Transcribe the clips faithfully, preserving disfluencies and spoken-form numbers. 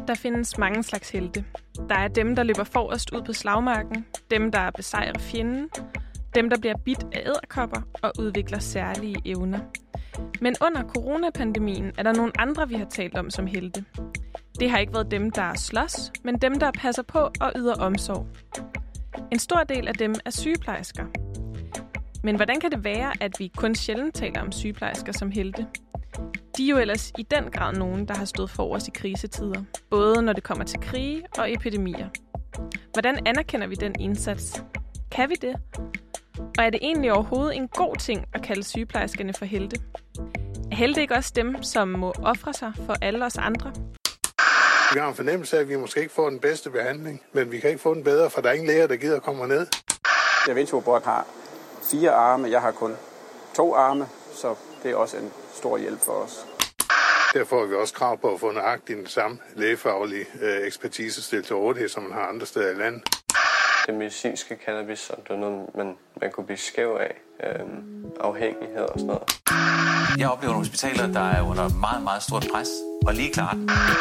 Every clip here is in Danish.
Der findes mange slags helte. Der er dem, der løber forrest ud på slagmarken, dem, der besejrer fjenden, dem, der bliver bidt af edderkopper og udvikler særlige evner. Men under coronapandemien er der nogle andre, vi har talt om som helte. Det har ikke været dem, der slås, men dem, der passer på og yder omsorg. En stor del af dem er sygeplejersker. Men hvordan kan det være, at vi kun sjældent taler om sygeplejersker som helte? De er jo ellers i den grad nogen, der har stået forrest i krisetider, både når det kommer til krige og epidemier. Hvordan anerkender vi den indsats? Kan vi det? Og er det egentlig overhovedet en god ting at kalde sygeplejerskerne for helte? Er helte ikke også dem, som må ofre sig for alle os andre? Vi har en fornemmelse af, at vi måske ikke får den bedste behandling, men vi kan ikke få den bedre, for der er ingen læger, der gider at komme ned. Da Vinci robot har fire arme, jeg har kun to arme, så det er også en stor hjælp for os. Derfor har vi også krav på at få nøjagtigt den samme lægefaglige øh, ekspertise stillet til rådighed, som man har andre steder i landet. Det medicinske cannabis, så det er noget, man, man kunne blive skæv af, øh, afhængighed og sådan noget. Jeg oplever nogle hospitaler, der er under meget, meget stort pres, og lige klart.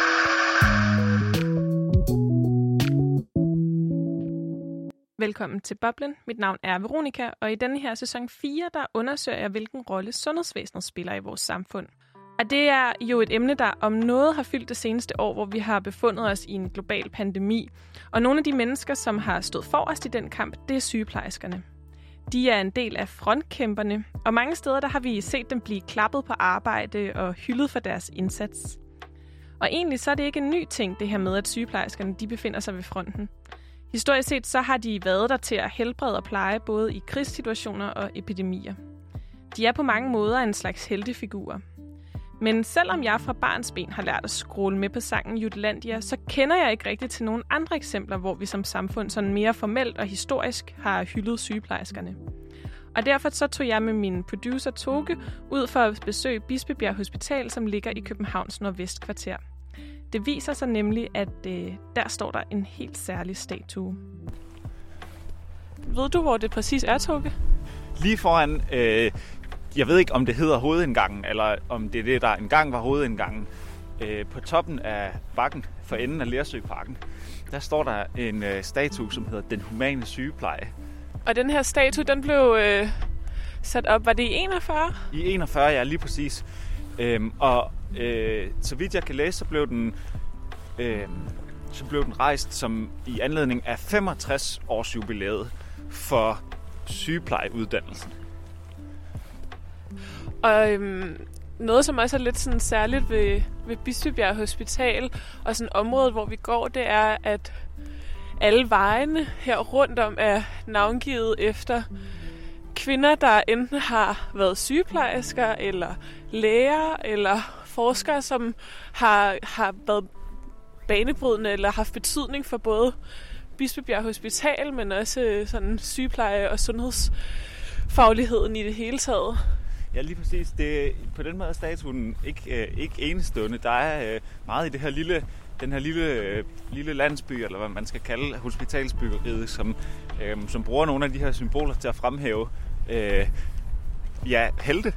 Velkommen til Boblen. Mit navn er Veronica, og i denne her sæson fire, der undersøger jeg, hvilken rolle sundhedsvæsenet spiller i vores samfund. Og det er jo et emne, der om noget har fyldt det seneste år, hvor vi har befundet os i en global pandemi. Og nogle af de mennesker, som har stået forrest i den kamp, det er sygeplejerskerne. De er en del af frontkæmperne, og mange steder der har vi set dem blive klappet på arbejde og hyldet for deres indsats. Og egentlig så er det ikke en ny ting, det her med, at sygeplejerskerne de befinder sig ved fronten. Historisk set så har de været der til at helbrede og pleje både i krigssituationer og epidemier. De er på mange måder en slags heltefigurer. Men selvom jeg fra barnsben har lært at scrolle med på sangen Jutlandia, så kender jeg ikke rigtig til nogle andre eksempler, hvor vi som samfund sådan mere formelt og historisk har hyldet sygeplejerskerne. Og derfor så tog jeg med min producer Toge ud for at besøge Bispebjerg Hospital, som ligger i Københavns nordvestkvarter. Det viser sig nemlig, at øh, der står der en helt særlig statue. Ved du, hvor det præcis er, Toge? Lige foran, øh, jeg ved ikke, om det hedder hovedindgangen, eller om det er det, der engang var hovedindgangen. Øh, på toppen af bakken, for enden af Lersøparken, der står der en øh, statue, som hedder Den Humane Sygepleje. Og den her statue, den blev øh, sat op, var det i enogfyrre? I enogfyrre, ja, lige præcis. Øhm, og øh, så vidt jeg kan læse, så blev den øh, så blev den rejst som i anledning af femogtres års jubilæet for sygeplejeuddannelsen. Og øhm, noget, som også er lidt sådan særligt ved, ved Bispebjerg Hospital og sådan området, hvor vi går, det er, at alle vejene her rundt om er navngivet efter kvinder, der enten har været sygeplejersker, eller læger, eller forskere, som har, har været banebrydende, eller haft betydning for både Bispebjerg Hospital, men også sådan sygepleje- og sundhedsfagligheden i det hele taget. Ja, lige præcis. Det, på den måde er statuen ikke, øh, ikke enestående. Der er øh, meget i det her lille, den her lille, øh, lille landsby, eller hvad man skal kalde hospitalsbyggeriet, som, øh, som bruger nogle af de her symboler til at fremhæve øh, ja, helte.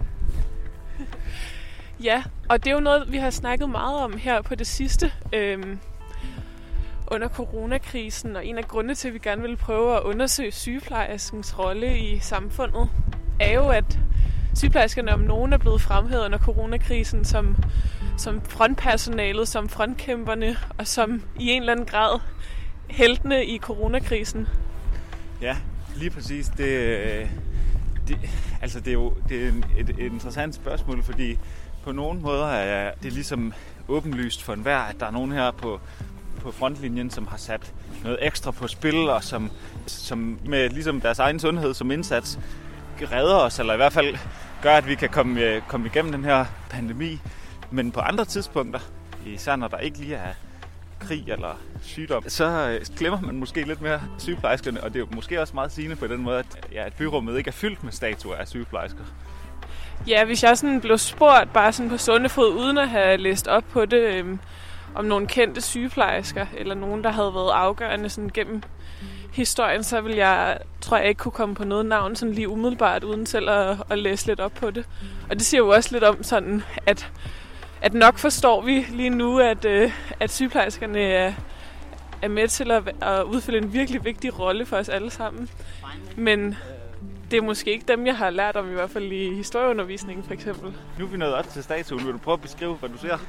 Ja, og det er jo noget, vi har snakket meget om her på det sidste øh, under coronakrisen, og en af grundene til, at vi gerne vil prøve at undersøge sygeplejerskens rolle i samfundet, er jo, at sygeplejerskerne om nogen er blevet fremhævet under coronakrisen som, som frontpersonalet, som frontkæmperne, og som i en eller anden grad heltene i coronakrisen. Ja, lige præcis. Det, det, altså det er jo det er et, et interessant spørgsmål, fordi på nogle måder er det ligesom åbenlyst for enhver, at der er nogen her på, på frontlinjen, som har sat noget ekstra på spil, og som, som med ligesom deres egen sundhed som indsats redder os, eller i hvert fald gør, at vi kan komme, komme igennem den her pandemi. Men på andre tidspunkter, især når der ikke lige er krig eller sygdom, så glemmer man måske lidt mere sygeplejerskerne, og det er jo måske også meget sigende på den måde, at, ja, at byrummet ikke er fyldt med statuer af sygeplejersker. Ja, hvis jeg sådan blev spurgt bare sådan på sunde fod, uden at have læst op på det, øhm, om nogle kendte sygeplejersker, eller nogen, der havde været afgørende sådan gennem historien, så vil jeg, tror jeg ikke kunne komme på noget navn sådan lige umiddelbart, uden selv at, at læse lidt op på det. Og det siger jo også lidt om sådan, at at nok forstår vi lige nu, at, øh, at sygeplejerskerne er, er med til at, at udfylde en virkelig vigtig rolle for os alle sammen. Men det er måske ikke dem, jeg har lært om, i hvert fald i historieundervisningen for eksempel. Nu er vi nået op til statuen. Vil du prøve at beskrive, hvad du ser?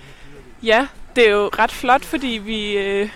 Ja, det er jo ret flot, fordi vi, øh,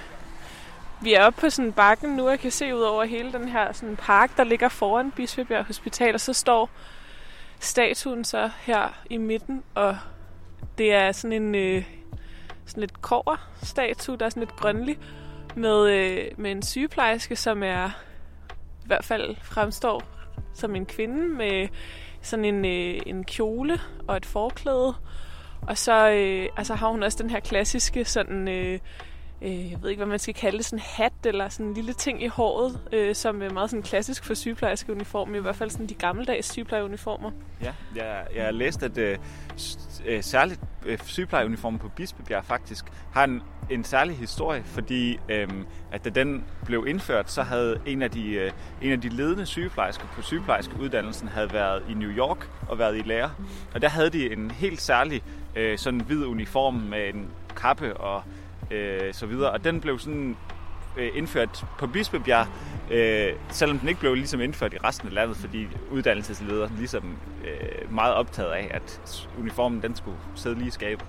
vi er oppe på sådan en bakken nu, og jeg kan se ud over hele den her sådan park, der ligger foran Bispebjerg Hospital, og så står statuen så her i midten, og det er sådan en øh, sådan lidt kobberstatue, der er sådan lidt grønlig, med, øh, med en sygeplejerske, som er i hvert fald fremstår som en kvinde med sådan en, øh, en kjole og et forklæde. Og så øh, altså har hun også den her klassiske sådan, øh, øh, jeg ved ikke, hvad man skal kalde det, sådan hat eller sådan en lille ting i håret, øh, som er meget sådan klassisk for sygeplejerskeuniform, i hvert fald sådan de gammeldags sygeplejeuniformer. Ja, jeg, jeg har læst, at øh, øh, særligt øh, sygeplejeuniformen på Bispebjerg faktisk har en, en særlig historie, fordi øh, at da den blev indført, så havde en af de, øh, en af de ledende sygeplejersker på sygeplejerskeuddannelsen havde været i New York og været i lære. Og der havde de en helt særlig øh, sådan hvid uniform med en kappe og øh, så videre. Og den blev sådan øh, indført på Bispebjerg, øh, selvom den ikke blev ligesom indført i resten af landet, fordi uddannelseslederen ligesom øh, meget optaget af, at uniformen den skulle sidde lige i skabet.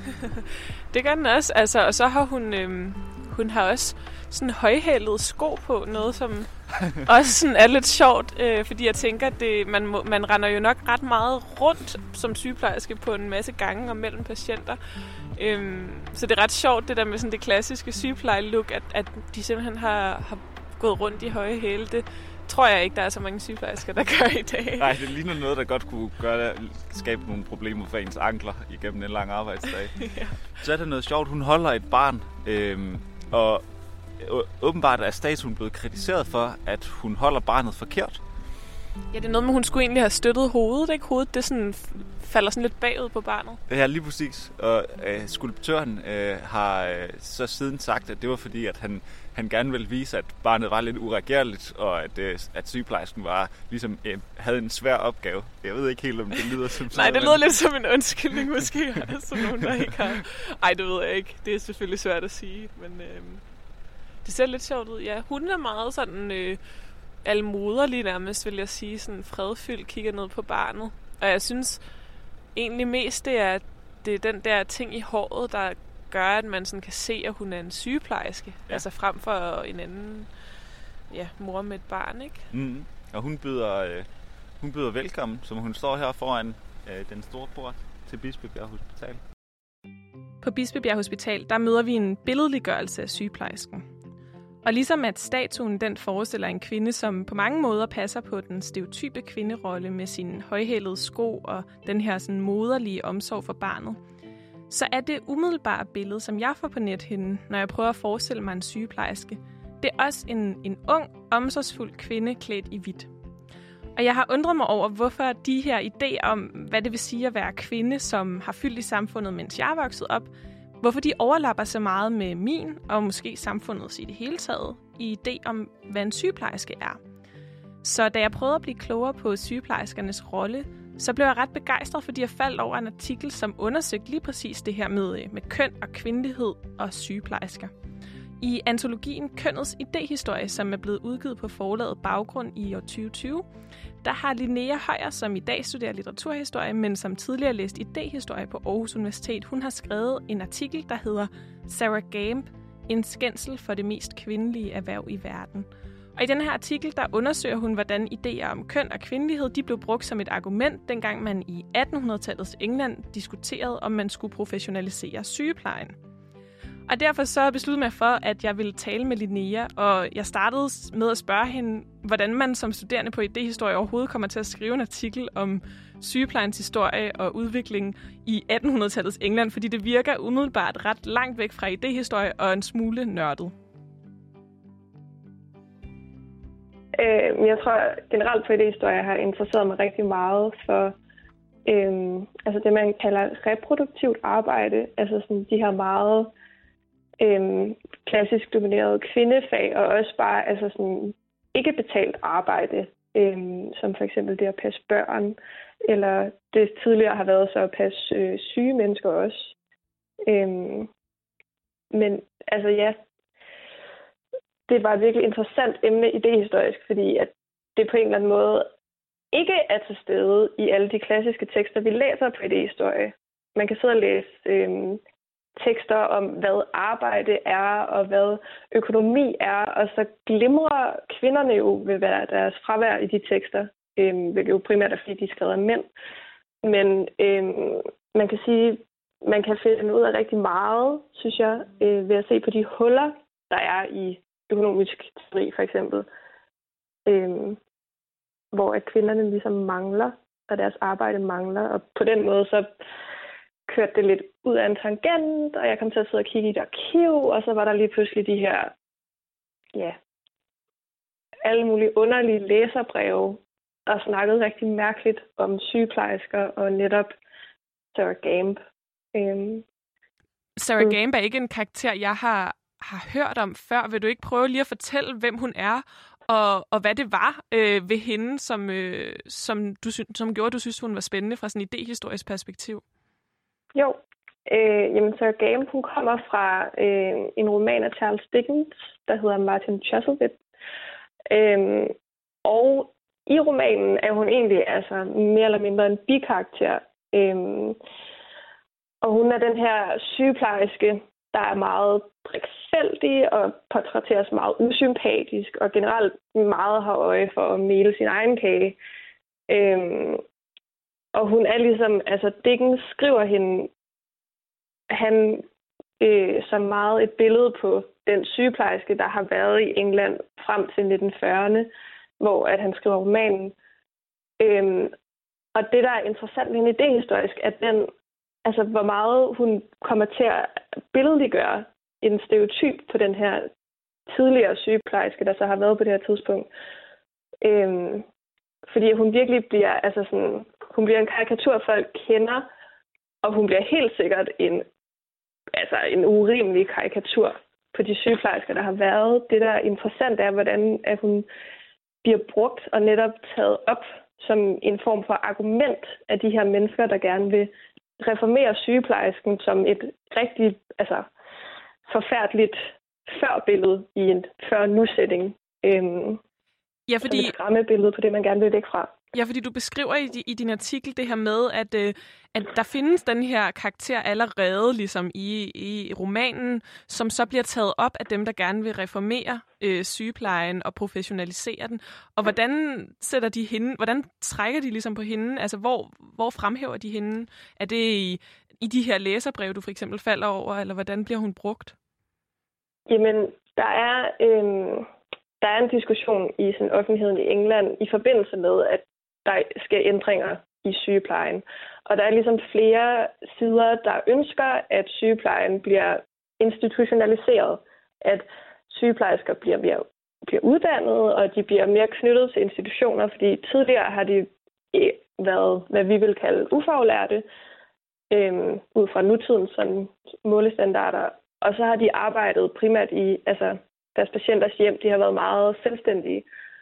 Det gør den også, altså, og så har hun, øhm, hun har også sådan højhælede sko på, noget som også sådan er lidt sjovt, øh, fordi jeg tænker, at det, man, må, man render jo nok ret meget rundt som sygeplejerske på en masse gange og mellem patienter. Øhm, så det er ret sjovt, det der med sådan det klassiske sygepleje-look, at, at de simpelthen har, har gået rundt i høje hæle. Det tror jeg ikke, der er så mange sygeplejersker, der gør i dag. Nej, det ligner noget, der godt kunne gøre, skabe nogle problemer for ens ankler igennem en lang arbejdsdag. Ja. Så er der noget sjovt. Hun holder et barn, øhm, og åbenbart er statuen blevet kritiseret for, at hun holder barnet forkert. Ja, det er noget med, hun skulle egentlig have støttet hovedet, ikke? Hovedet, det sådan falder sådan lidt bagud på barnet. Ja, lige præcis. Og øh, skulptøren øh, har øh, så siden sagt, at det var fordi, at han, han gerne ville vise, at barnet var lidt uregerligt, og at, øh, at sygeplejersken var, ligesom, øh, havde en svær opgave. Jeg ved ikke helt, om det lyder som sådan. Nej, det lyder lidt som en undskyldning måske. Altså nogen, der ikke har... Ej, det ved jeg ikke. Det er selvfølgelig svært at sige, men øh, det ser lidt sjovt ud. Ja, hun er meget sådan... Øh, almoderlig nærmest, vil jeg sige, sådan fredfyldt, kigger ned på barnet. Og jeg synes egentlig mest, det er, det er den der ting i håret, der gør, at man sådan kan se, at hun er en sygeplejerske. Ja. Altså frem for en anden ja, mor med et barn, ikke? Mm. Og hun byder, øh, hun byder velkommen, som hun står her foran øh, den store port til Bispebjerg Hospital. På Bispebjerg Hospital, der møder vi en billedliggørelse af sygeplejersken. Og ligesom at statuen den forestiller en kvinde, som på mange måder passer på den stereotype kvinderolle med sine højhælede sko og den her sådan moderlige omsorg for barnet, så er det umiddelbare billede, som jeg får på nethinden, når jeg prøver at forestille mig en sygeplejerske, det er også en, en ung, omsorgsfuld kvinde klædt i hvidt. Og jeg har undret mig over, hvorfor de her idéer om, hvad det vil sige at være kvinde, som har fyldt i samfundet, mens jeg er vokset op, hvorfor de overlapper så meget med min, og måske samfundets i det hele taget, i idé om, hvad en sygeplejerske er. Så da jeg prøvede at blive klogere på sygeplejerskernes rolle, så blev jeg ret begejstret, fordi jeg faldt over en artikel, som undersøgte lige præcis det her med, med køn og kvindelighed og sygeplejersker. I antologien Kønnets idéhistorie, som er blevet udgivet på forlaget Baggrund i år tyve tyve, der har Linnea Højer, som i dag studerer litteraturhistorie, men som tidligere læst idéhistorie på Aarhus Universitet, hun har skrevet en artikel, der hedder Sarah Gamp, en skændsel for det mest kvindelige erhverv i verden. Og i den her artikel, der undersøger hun, hvordan idéer om køn og kvindelighed, de blev brugt som et argument, dengang man i attenhundredetallets England diskuterede, om man skulle professionalisere sygeplejen. Og derfor så besluttede jeg mig for, at jeg ville tale med Linnea, og jeg startede med at spørge hende, hvordan man som studerende på idéhistorie overhovedet kommer til at skrive en artikel om sygeplejens historie og udvikling i attenhundredetallets England, fordi det virker umiddelbart ret langt væk fra idéhistorie og en smule nørdet. Øh, jeg tror generelt på idéhistorie har interesseret mig rigtig meget for øh, altså det, man kalder reproduktivt arbejde, altså sådan de her meget Øhm, klassisk domineret kvindefag, og også bare altså sådan, ikke betalt arbejde, øhm, som for eksempel det at passe børn, eller det tidligere har været så at passe øh, syge mennesker også. Øhm, men altså ja, det var et virkelig interessant emne idehistorisk, fordi at det på en eller anden måde ikke er til stede i alle de klassiske tekster, vi læser på idehistorie. Man kan sidde og læse øhm, tekster om, hvad arbejde er, og hvad økonomi er, og så glimrer kvinderne jo ved deres fravær i de tekster, øhm, hvilket jo primært er, fordi de er skrevet af mænd. Men øhm, man kan sige, man kan finde ud af rigtig meget, synes jeg, øh, ved at se på de huller, der er i økonomisk teori, for eksempel. Øhm, hvor at kvinderne ligesom mangler, og deres arbejde mangler, og på den måde så kørte det lidt ud af en tangent, og jeg kom til at sidde og kigge i et arkiv, og så var der lige pludselig de her, ja, alle mulige underlige læserbreve, der snakkede rigtig mærkeligt om sygeplejersker og netop Sarah Gamp. Øhm, Sarah mm. Gamp er ikke en karakter, jeg har, har hørt om før. Vil du ikke prøve lige at fortælle, hvem hun er, og, og hvad det var øh, ved hende, som, øh, som, du, som gjorde, at du synes, hun var spændende fra sådan et idehistorisk perspektiv? Jo, øh, jamen så Gamp, hun kommer fra øh, en roman af Charles Dickens, der hedder Martin Chuzzlewit. Øh, og i romanen er hun egentlig altså mere eller mindre en bikarakter. Øh, og hun er den her sygeplejerske, der er meget drikfældig og portrætteres meget usympatisk, og generelt meget har øje for at mele sin egen kage. Øh, Og hun er ligesom, altså Dickens skriver hende, han øh, som meget et billede på den sygeplejerske, der har været i England frem til nitten fyrrerne, hvor at han skriver romanen. Øhm, og det, der er interessant ved hende idehistorisk, at den, altså hvor meget hun kommer til at billedliggøre en stereotyp på den her tidligere sygeplejerske, der så har været på det her tidspunkt. Øhm, fordi hun virkelig bliver, altså sådan, hun bliver en karikatur, folk kender, og hun bliver helt sikkert en, altså en urimelig karikatur på de sygeplejersker, der har været. Det, der er interessant, er, hvordan at hun bliver brugt og netop taget op som en form for argument af de her mennesker, der gerne vil reformere sygeplejersken som et rigtig, altså forfærdeligt førbillede i en før-nu-sætning. Øhm, Ja, fordi... Som et skræmmebillede på det, man gerne vil væk fra. Ja, fordi du beskriver i, i din artikel det her med, at, øh, at der findes den her karakter allerede ligesom i, i romanen, som så bliver taget op af dem, der gerne vil reformere øh, sygeplejen og professionalisere den. Og hvordan sætter de hende, hvordan trækker de ligesom på hende? Altså, hvor, hvor fremhæver de hende? Er det i, i de her læserbreve, du for eksempel falder over, eller hvordan bliver hun brugt? Jamen, der er... Øh... Der er en diskussion i sådan, offentligheden i England i forbindelse med, at der skal ændringer i sygeplejen. Og der er ligesom flere sider, der ønsker, at sygeplejen bliver institutionaliseret. At sygeplejersker bliver mere bliver uddannet, og de bliver mere knyttet til institutioner, fordi tidligere har de været, hvad vi vil kalde ufaglærte, øhm, ud fra nutidens sådan, målestandarder. Og så har de arbejdet primært i... altså deres patienters hjem, de har været meget selvstændige.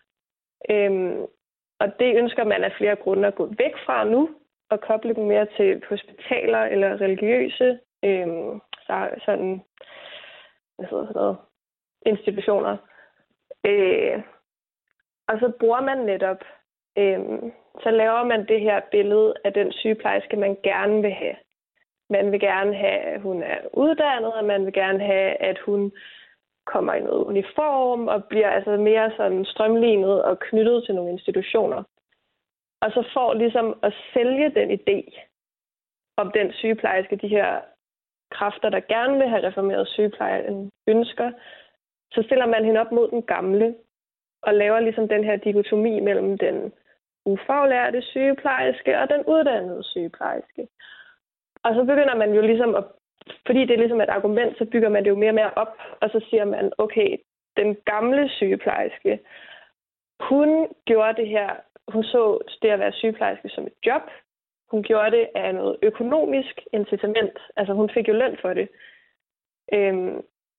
Øhm, og det ønsker man af flere grunde at gå væk fra nu, og koble dem mere til hospitaler eller religiøse øhm, så, sådan, hvad hedder sådan noget, institutioner. Øh, og så bruger man netop, øh, så laver man det her billede af den sygeplejerske, man gerne vil have. Man vil gerne have, at hun er uddannet, og man vil gerne have, at hun kommer i noget uniform og bliver altså mere sådan strømlignet og knyttet til nogle institutioner. Og så får ligesom at sælge den idé om den sygeplejerske, de her kræfter, der gerne vil have reformeret sygeplejen, ønsker, så stiller man hende op mod den gamle og laver ligesom den her dikotomi mellem den ufaglærte sygeplejerske og den uddannede sygeplejerske. Og så begynder man jo ligesom at, fordi det er ligesom et argument, så bygger man det jo mere og mere op, og så siger man, okay, den gamle sygeplejerske, hun gjorde det her, hun så det at være sygeplejerske som et job. Hun gjorde det af noget økonomisk incitament. Altså hun fik jo løn for det. Øhm,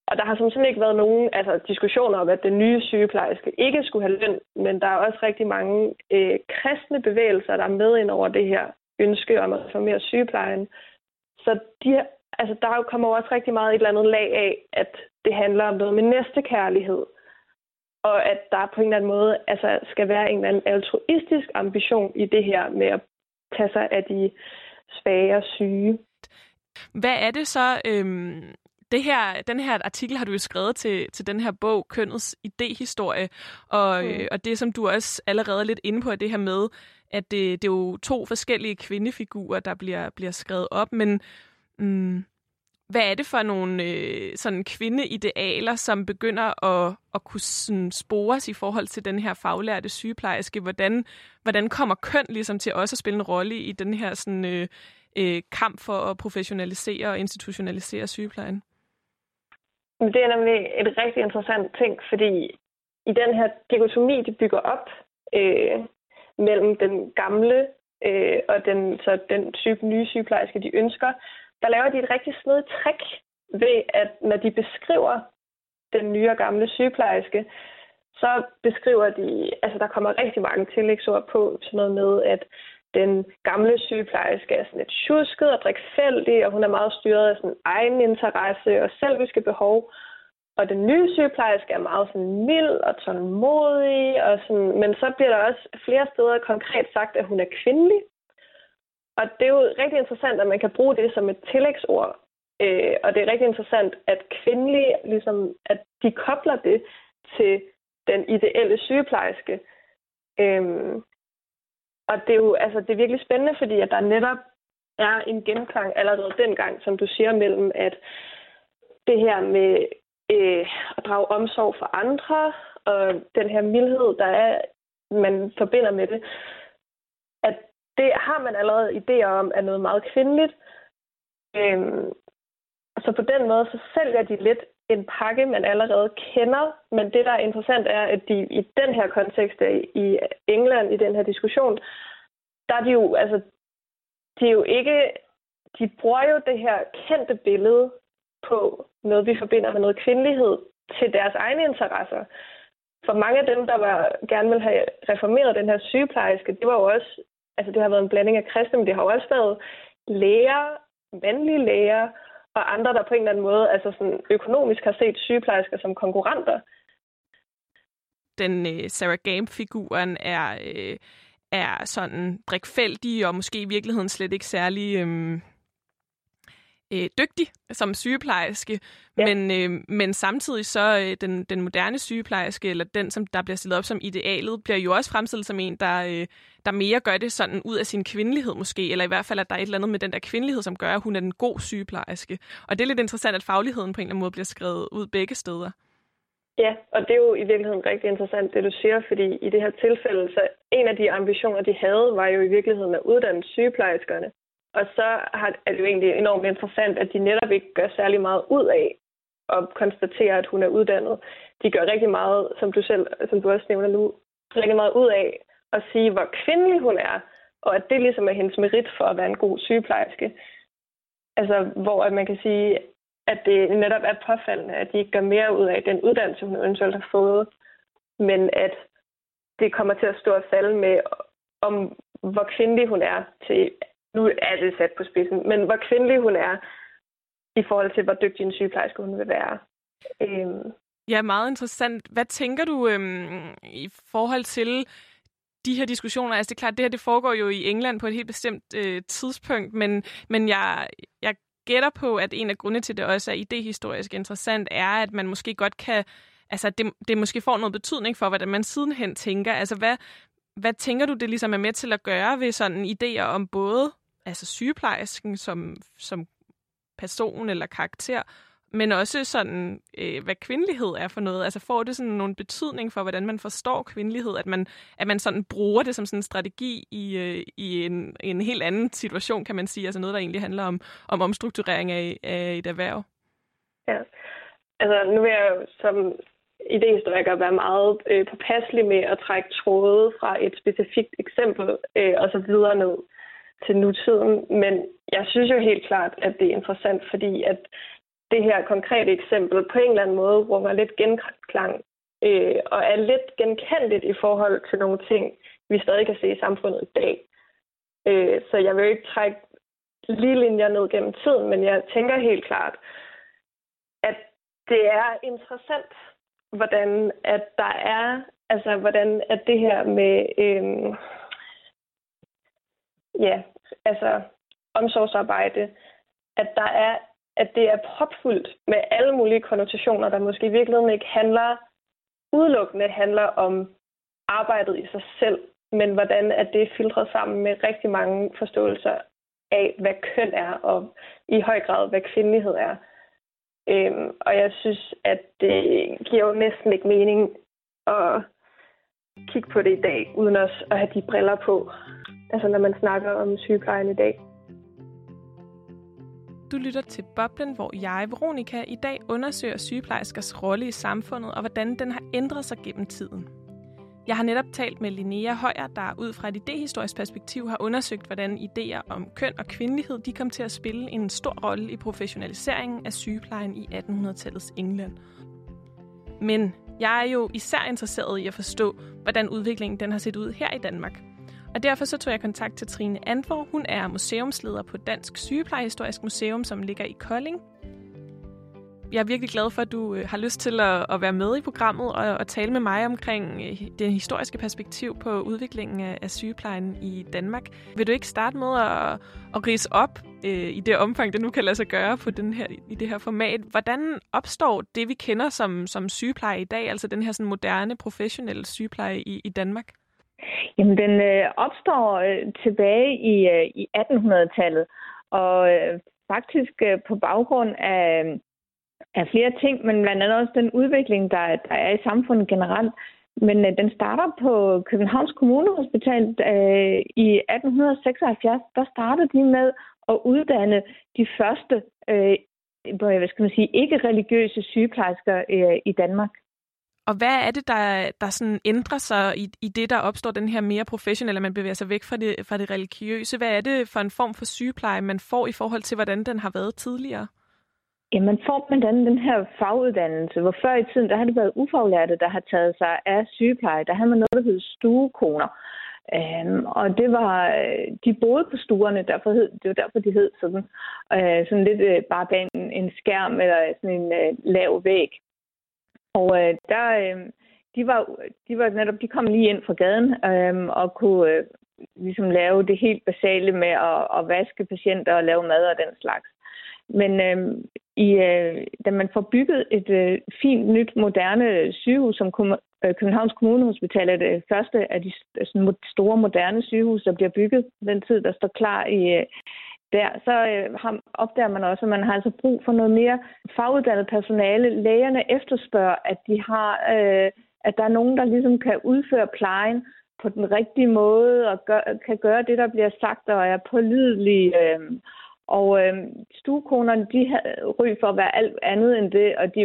Og der har som sådan ikke været nogen altså, diskussioner om, at den nye sygeplejerske ikke skulle have løn, men der er også rigtig mange øh, kristne bevægelser, der er med ind over det her ønske om at reformere sygeplejen. Så de, altså, der kommer også rigtig meget et eller andet lag af, at det handler om noget med næstekærlighed, og at der på en eller anden måde altså, skal være en eller anden altruistisk ambition i det her med at tage sig af de svage og syge. Hvad er det så... Øhm Det her, den her artikel har du jo skrevet til, til den her bog, Kønnets idéhistorie, og, mm. øh, og det, som du også allerede er lidt inde på, er det her med, at det, det er jo to forskellige kvindefigurer, der bliver, bliver skrevet op, men mm, hvad er det for nogle øh, sådan kvindeidealer, som begynder at, at kunne sådan, spores i forhold til den her faglærte sygeplejerske? Hvordan, hvordan kommer køn ligesom til også at spille en rolle i den her sådan, øh, øh, kamp for at professionalisere og institutionalisere sygeplejen? Det er nemlig et rigtig interessant ting, fordi i den her dikotomi, de bygger op øh, mellem den gamle øh, og den, så den type nye sygeplejerske, de ønsker, der laver de et rigtig snedigt trick ved, at når de beskriver den nye og gamle sygeplejerske, så beskriver de, altså der kommer rigtig mange tillægsord på, sådan noget med, at den gamle sygeplejerske er sådan lidt tjusket og drikfældig, og hun er meget styret af sådan egen interesse og selviske behov. Og den nye sygeplejerske er meget sådan mild og tålmodig, og sådan, men så bliver der også flere steder konkret sagt, at hun er kvindelig. Og det er jo rigtig interessant, at man kan bruge det som et tillægsord. Øh, og det er rigtig interessant, at kvindelig, ligesom, at de kobler det til den ideelle sygeplejerske. Øh, Og det er jo altså, det er virkelig spændende, fordi at der netop er en genklang allerede dengang, som du siger, mellem at det her med øh, at drage omsorg for andre, og den her mildhed, der er, man forbinder med det, at det har man allerede idéer om, er noget meget kvindeligt. Øhm, så på den måde, så sælger de lidt en pakke, man allerede kender, men det, der er interessant, er, at de i den her kontekst i England, i den her diskussion, der er de jo, altså, de er jo ikke, de bruger jo det her kendte billede på noget, vi forbinder med noget kvindelighed til deres egne interesser. For mange af dem, der var, gerne ville have reformeret den her sygeplejerske, det var jo også, altså det har været en blanding af kristne, men det har jo også været læger, mandlige læger, og andre, der på en eller anden måde altså sådan økonomisk har set sygeplejersker som konkurrenter. Den øh, Sarah Gamp-figuren er, øh, er sådan drikfældig og måske i virkeligheden slet ikke særlig øh, øh, dygtig som sygeplejerske. Ja. Men, øh, men samtidig så øh, den, den moderne sygeplejerske, eller den, som der bliver stillet op som idealet, bliver jo også fremstillet som en, der, øh, der mere gør det sådan ud af sin kvindelighed måske, eller i hvert fald, at der er et eller andet med den der kvindelighed, som gør, at hun er den god sygeplejerske. Og det er lidt interessant, at fagligheden på en eller anden måde bliver skrevet ud begge steder. Ja, og det er jo i virkeligheden rigtig interessant, det du siger, fordi i det her tilfælde, så en af de ambitioner, de havde, var jo i virkeligheden at uddanne sygeplejerskerne. Og så er det jo egentlig enormt interessant, at de netop ikke gør særlig meget ud af at konstatere, at hun er uddannet. De gør rigtig meget, som du selv, som du også nævner nu, rigtig meget ud af at sige, hvor kvindelig hun er, og at det ligesom er hendes merit for at være en god sygeplejerske. Altså, hvor at man kan sige, at det netop er påfaldende, at de ikke gør mere ud af den uddannelse, hun eventuelt har fået, men at det kommer til at stå og falde med, om hvor kvindelig hun er til, nu er det sat på spidsen, men hvor kvindelig hun er i forhold til, hvor dygtig en sygeplejerske hun vil være. Øhm. Ja, meget interessant. Hvad tænker du øhm, i forhold til de her diskussioner? Altså det er klart, det her det foregår jo i England på et helt bestemt øh, tidspunkt, men, men jeg, jeg gætter på, at en af grundene til det også er idehistorisk interessant, er, at man måske godt kan, altså det, det måske får noget betydning for, hvordan man sidenhen tænker. Altså hvad, hvad tænker du, det ligesom er med til at gøre ved sådan idéer om både altså sygeplejersken som, som person eller karakter, men også sådan, øh, hvad kvindelighed er for noget. Altså får det sådan nogle betydning for, hvordan man forstår kvindelighed, at man, at man sådan bruger det som sådan en strategi i, øh, i en, en helt anden situation, kan man sige. Altså noget, der egentlig handler om, om omstrukturering af, af et erhverv. Ja, altså nu vil jeg jo som idehistoriker være meget øh, påpasselig med at trække tråde fra et specifikt eksempel øh, og så videre ned til nutiden. Men jeg synes jo helt klart, at det er interessant, fordi at det her konkrete eksempel på en eller anden måde runger lidt genklang øh, og er lidt genkendeligt i forhold til nogle ting, vi stadig kan se i samfundet i dag. Øh, så jeg vil jo ikke trække lige linjer ned gennem tiden, men jeg tænker helt klart, at det er interessant, hvordan at der er, altså hvordan at det her med, øhm, ja, altså omsorgsarbejde, at der er, at det er propfuldt med alle mulige konnotationer, der måske i virkeligheden ikke handler, udelukkende handler om arbejdet i sig selv, men hvordan at det er filtret sammen med rigtig mange forståelser af, hvad køn er, og i høj grad, hvad kvindelighed er. Øhm, og jeg synes, at det giver jo næsten ikke mening at kigge på det i dag, uden også at have de briller på, altså når man snakker om sygeplejen i dag. Du lytter til Boblen, hvor jeg, Veronica, i dag undersøger sygeplejerskers rolle i samfundet, og hvordan den har ændret sig gennem tiden. Jeg har netop talt med Linnea Højer, der ud fra et idehistorisk perspektiv har undersøgt, hvordan idéer om køn og kvindelighed de kom til at spille en stor rolle i professionaliseringen af sygeplejen i attenhundredetallets England. Men jeg er jo især interesseret i at forstå, hvordan udviklingen den har set ud her i Danmark. Og derfor så tog jeg kontakt til Trine Antvorp. Hun er museumsleder på Dansk Sygeplejehistorisk Museum, som ligger i Kolding. Jeg er virkelig glad for, at du har lyst til at, at være med i programmet og, og tale med mig omkring det historiske perspektiv på udviklingen af, af sygeplejen i Danmark. Vil du ikke starte med at, at ridse op øh, i det omfang, det nu kan lade sig gøre på den her, i det her format? Hvordan opstår det, vi kender som, som sygepleje i dag, altså den her sådan moderne, professionelle sygepleje i, i Danmark? Jamen, den øh, opstår øh, tilbage i, øh, i attenhundredetallet, og øh, faktisk øh, på baggrund af af flere ting, men blandt andet også den udvikling, der, der er i samfundet generelt. Men øh, den starter på Københavns Kommunehospital øh, i atten seksoghalvfjerds. Der startede de med at uddanne de første øh, hvad skal man sige, ikke-religiøse sygeplejersker øh, i Danmark. Og hvad er det, der, der sådan ændrer sig i, i det, der opstår den her mere professionelle, man bevæger sig væk fra det, fra det religiøse? Hvad er det for en form for sygepleje, man får i forhold til, hvordan den har været tidligere? Ja, man får blandt andet den her faguddannelse, hvor før i tiden, der har det været ufaglærte, der har taget sig af sygepleje. Der havde man noget, der hed stuekoner. Øhm, og det var, de boede på stuerne, derfor hed, det var derfor, de hed sådan, øh, sådan lidt øh, bare bag en, en skærm eller sådan en øh, lav væg. Og øh, der, øh, de, var, de var netop, de kom lige ind fra gaden øh, og kunne øh, ligesom lave det helt basale med at, at vaske patienter og lave mad og den slags. Men øh, i, øh, da man får bygget et øh, fint, nyt, moderne sygehus, som Københavns Kommunehospital er det første af de store, moderne sygehus, der bliver bygget den tid, der står klar i øh, der, så øh, har, opdager man også, at man har altså brug for noget mere faguddannet personale. Lægerne efterspørger, at de har, øh, at der er nogen, der ligesom kan udføre plejen på den rigtige måde og gør, kan gøre det, der bliver sagt, og er pålidelige. Øh, Og øh, stuekonerne, de havde ry for at være alt andet end det, og de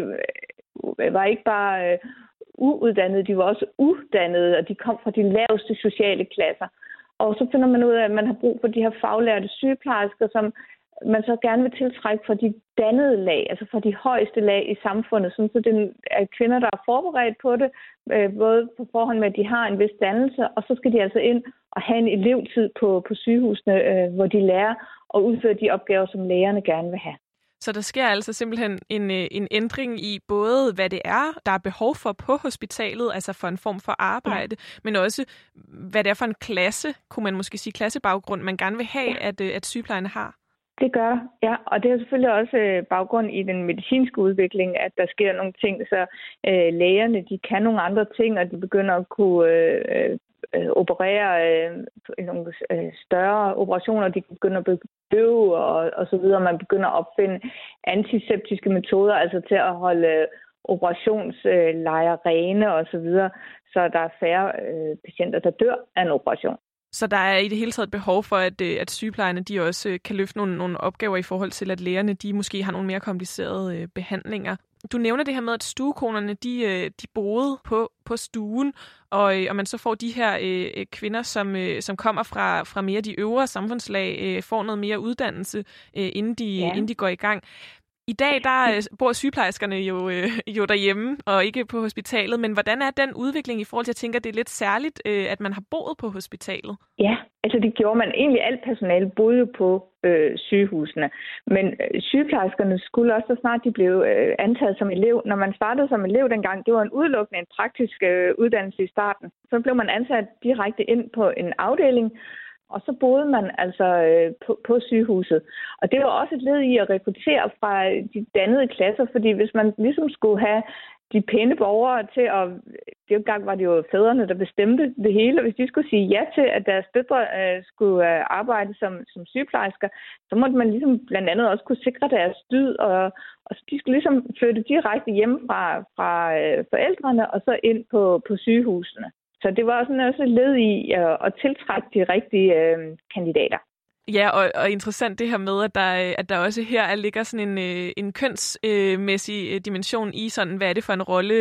øh, var ikke bare øh, uuddannede, de var også uddannede, og de kom fra de laveste sociale klasser. Og så finder man ud af, at man har brug for de her faglærte sygeplejersker, som man så gerne vil tiltrække fra de dannede lag, altså fra de højeste lag i samfundet, sådan så det er kvinder, der er forberedt på det, øh, både på forhånd med, at de har en vis dannelse, og så skal de altså ind og have en elevtid på, på sygehusene, øh, hvor de lærer og udføre de opgaver, som lægerne gerne vil have. Så der sker altså simpelthen en, en ændring i både, hvad det er, der er behov for på hospitalet, altså for en form for arbejde, ja. Men også, hvad det er for en klasse, kunne man måske sige, klassebaggrund, man gerne vil have, ja. at, at sygeplejerne har. Det gør der, ja. Og det er selvfølgelig også baggrund i den medicinske udvikling, at der sker nogle ting, så øh, lægerne, de kan nogle andre ting, og de begynder at kunne øh, øh, operere øh, nogle øh, større operationer, de begynder at bedøve og, og så videre. Man begynder at opfinde antiseptiske metoder, altså til at holde operationslejre rene og så videre, så der er færre øh, patienter, der dør af en operation. Så der er i det hele taget behov for, at, at sygeplejerne de også kan løfte nogle, nogle opgaver i forhold til, at lægerne de måske har nogle mere komplicerede behandlinger. Du nævner det her med, at stuekonerne de, de boede på, på stuen, og, og man så får de her øh, kvinder, som, øh, som kommer fra, fra mere de øvre samfundslag, øh, får noget mere uddannelse, øh, inden, de, ja. inden de går i gang. I dag der bor sygeplejerskerne jo, øh, jo derhjemme og ikke på hospitalet, men hvordan er den udvikling i forhold til, at jeg tænker, at det er lidt særligt, øh, at man har boet på hospitalet? Ja, altså det gjorde man. Egentlig alt personale boede jo på øh, sygehusene, men øh, sygeplejerskerne skulle også, så snart de blev øh, antaget som elev. Når man startede som elev dengang, det var en udelukkende en praktisk øh, uddannelse i starten, så blev man ansat direkte ind på en afdeling, og så boede man altså øh, på, på sygehuset. Og det var også et led i at rekruttere fra de dannede klasser, fordi hvis man ligesom skulle have de pæne borgere til at... Det gang var det jo fædrene, der bestemte det hele. Hvis de skulle sige ja til, at deres døtre øh, skulle øh, arbejde som, som sygeplejersker, så måtte man ligesom blandt andet også kunne sikre deres dyd, og, og de skulle ligesom flytte direkte hjem fra, fra øh, forældrene og så ind på, på sygehusene. Så det var også, også et led i at, at tiltrække de rigtige øh, kandidater. Ja, og, og interessant det her med, at der, at der også her ligger sådan en, en kønsmæssig dimension i sådan, hvad er det for en rolle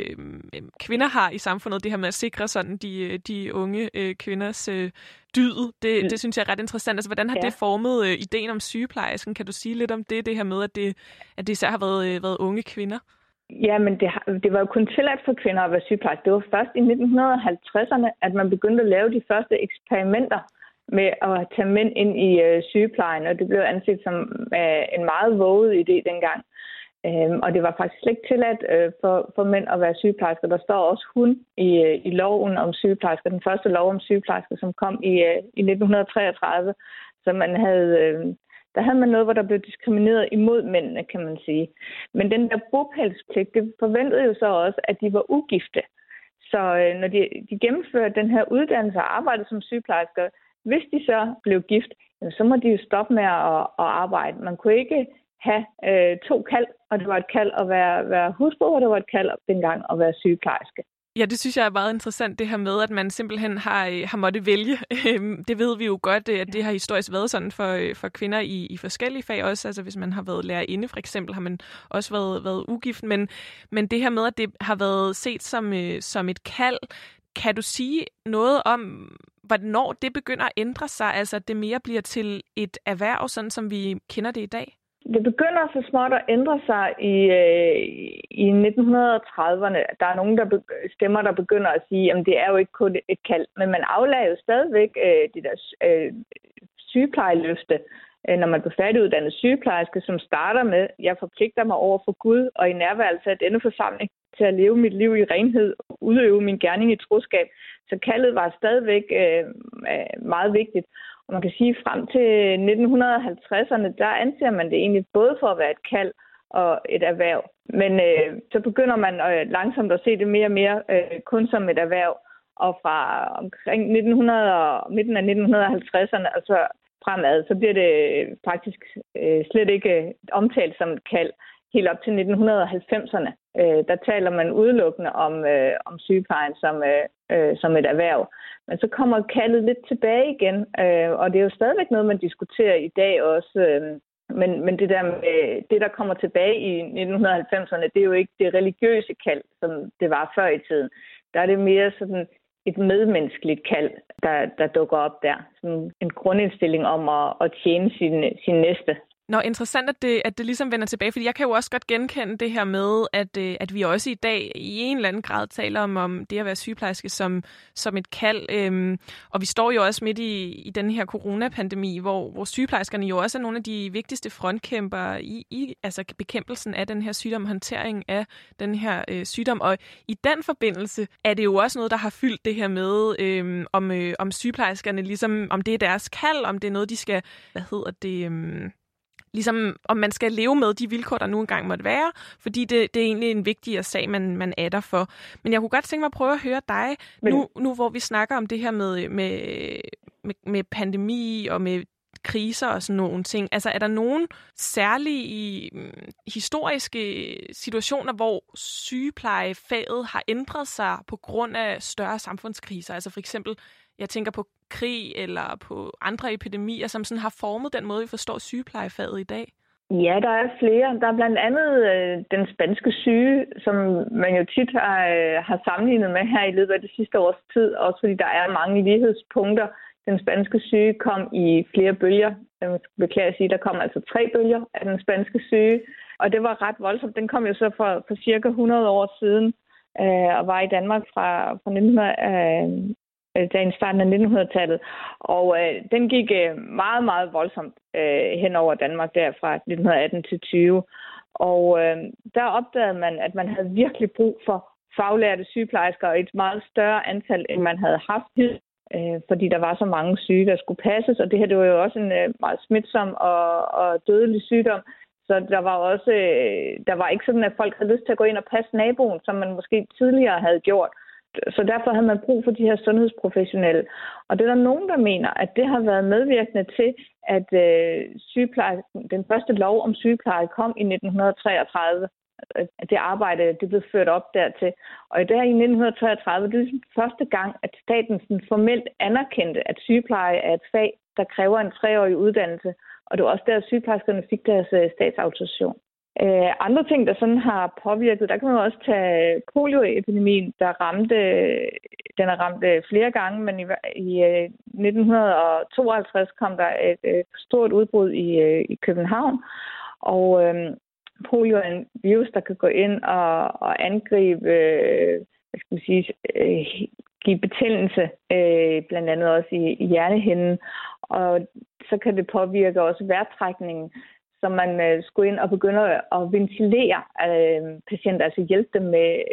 kvinder har i samfundet, det her med at sikre sådan de, de unge kvinders dyd. Det, det synes jeg er ret interessant. Altså, hvordan har ja. det formet ideen om sygeplejersken? Kan du sige lidt om det, det her med, at det, at det især har været, været unge kvinder? Ja, men det, det var jo kun tilladt for kvinder at være sygeplejerske. Det var først i nitten halvtredserne, at man begyndte at lave de første eksperimenter med at tage mænd ind i øh, sygeplejen, og det blev anset som øh, en meget våget idé dengang. Øhm, og det var faktisk slet ikke tilladt øh, for, for mænd at være sygeplejersker. Der står også hun i, øh, i loven om sygeplejersker, den første lov om sygeplejersker, som kom i, øh, i nitten treogtredive. Så man havde, øh, der havde man noget, hvor der blev diskrimineret imod mændene, kan man sige. Men den der bopælspligt, det forventede jo så også, at de var ugifte. Så øh, når de, de gennemførte den her uddannelse og arbejdede som sygeplejersker, hvis de så blev gift, så må de jo stoppe med at, at arbejde. Man kunne ikke have øh, to kald, og det var et kald at være, være husbrug, og det var et kald dengang at være sygeplejerske. Ja, det synes jeg er meget interessant, det her med, at man simpelthen har, har måttet vælge. Det ved vi jo godt, at det har historisk været sådan for, for kvinder i, i forskellige fag også. Altså hvis man har været lærerinde for eksempel, har man også været, været ugift. Men, men det her med, at det har været set som, som et kald, kan du sige noget om, hvornår det begynder at ændre sig, altså at det mere bliver til et erhverv, sådan som vi kender det i dag? Det begynder så småt at ændre sig i, øh, i nitten trediverne. Der er nogle der be- stemmer, der begynder at sige, at det er jo ikke kun et kald, men man aflagde jo stadigvæk øh, det der øh, sygeplejeløfte, øh, når man bliver færdiguddannet sygeplejerske, som starter med, jeg forpligter mig over for Gud og i nærværelse af denne forsamling til at leve mit liv i renhed og udøve min gerning i troskab. Så kaldet var stadigvæk øh, meget vigtigt. Og man kan sige, at frem til nitten halvtredserne, der anser man det egentlig både for at være et kald og et erhverv. Men øh, så begynder man øh, langsomt at se det mere og mere øh, kun som et erhverv. Og fra omkring nitten hundrede og midten af nitten halvtredserne, altså fremad, så bliver det faktisk øh, slet ikke omtalt som et kald. Helt op til nitten halvfemserne, øh, der taler man udelukkende om, øh, om sygeplejen som, øh, øh, som et erhverv. Men så kommer kaldet lidt tilbage igen, øh, og det er jo stadigvæk noget, man diskuterer i dag også. Øh, men, men det der med, det, der kommer tilbage i nitten halvfemserne, det er jo ikke det religiøse kald, som det var før i tiden. Der er det mere sådan et medmenneskeligt kald, der, der dukker op der. Sådan en grundindstilling om at, at tjene sin, sin næste. Nå, interessant, at det, at det ligesom vender tilbage, fordi jeg kan jo også godt genkende det her med, at, at vi også i dag i en eller anden grad taler om, om det at være sygeplejerske som, som et kald. Øhm, og vi står jo også midt i, i den her coronapandemi, hvor, hvor sygeplejerskerne jo også er nogle af de vigtigste frontkæmpere i, i altså bekæmpelsen af den her sygdom, håndtering af den her øh, sygdom. Og i den forbindelse er det jo også noget, der har fyldt det her med, øh, om, øh, om sygeplejerskerne, ligesom om det er deres kald, om det er noget, de skal, hvad hedder det... Øh, Ligesom om man skal leve med de vilkår, der nu engang måtte være, fordi det, det er egentlig en vigtigere sag, man, man er der for. Men jeg kunne godt tænke mig at prøve at høre dig, Men... nu, nu hvor vi snakker om det her med, med, med, med pandemi og med kriser og sådan nogle ting. Altså er der nogen særlige historiske situationer, hvor sygeplejefaget har ændret sig på grund af større samfundskriser? Altså for eksempel, jeg tænker på krig eller på andre epidemier, som sådan har formet den måde, vi forstår sygeplejefaget i dag? Ja, der er flere. Der er blandt andet øh, den spanske syge, som man jo tit har, øh, har sammenlignet med her i løbet af det sidste års tid, også fordi der er mange lighedspunkter. Den spanske syge kom i flere bølger. Jeg beklager at sige, der kom altså tre bølger af den spanske syge. Og det var ret voldsomt. Den kom jo så for, for cirka hundrede år siden øh, og var i Danmark fra, fra nitten hundrede, øh, dagens starten af nitten hundrede-tallet. Og øh, den gik øh, meget, meget voldsomt øh, hen over Danmark der fra nitten atten til tyve. Og øh, der opdagede man, at man havde virkelig brug for faglærte sygeplejersker og et meget større antal, end man havde haft hidtil, øh, fordi der var så mange syge, der skulle passes. Og det her det var jo også en øh, meget smitsom og, og dødelig sygdom. Så der var også, øh, der var ikke sådan, at folk havde lyst til at gå ind og passe naboen, som man måske tidligere havde gjort. Så derfor havde man brug for de her sundhedsprofessionelle. Og det er der nogen, der mener, at det har været medvirkende til, at øh, sygepleje, den første lov om sygepleje kom i nitten treogtredive. At det arbejde det blev ført op dertil. Og der i nitten treogtredive, det er den første gang, at staten sådan formelt anerkendte, at sygepleje er et fag, der kræver en treårig uddannelse. Og det var også der, at sygeplejerskerne fik deres øh, statsautorisation. Øh, andre ting, der sådan har påvirket, der kan man også tage polioepidemien, der ramte, den er ramt flere gange, men i, i øh, nitten tooghalvtreds kom der et, et stort udbrud i, øh, i København. Og øh, polio er en virus, der kan gå ind og, og angribe, øh, hvad skal man sige, øh, give betændelse, øh, blandt andet også i, i hjernehinden. Og så kan det påvirke også vejrtrækningen, så man øh, skulle ind og begynde at ventilere øh, patienter, altså hjælpe dem med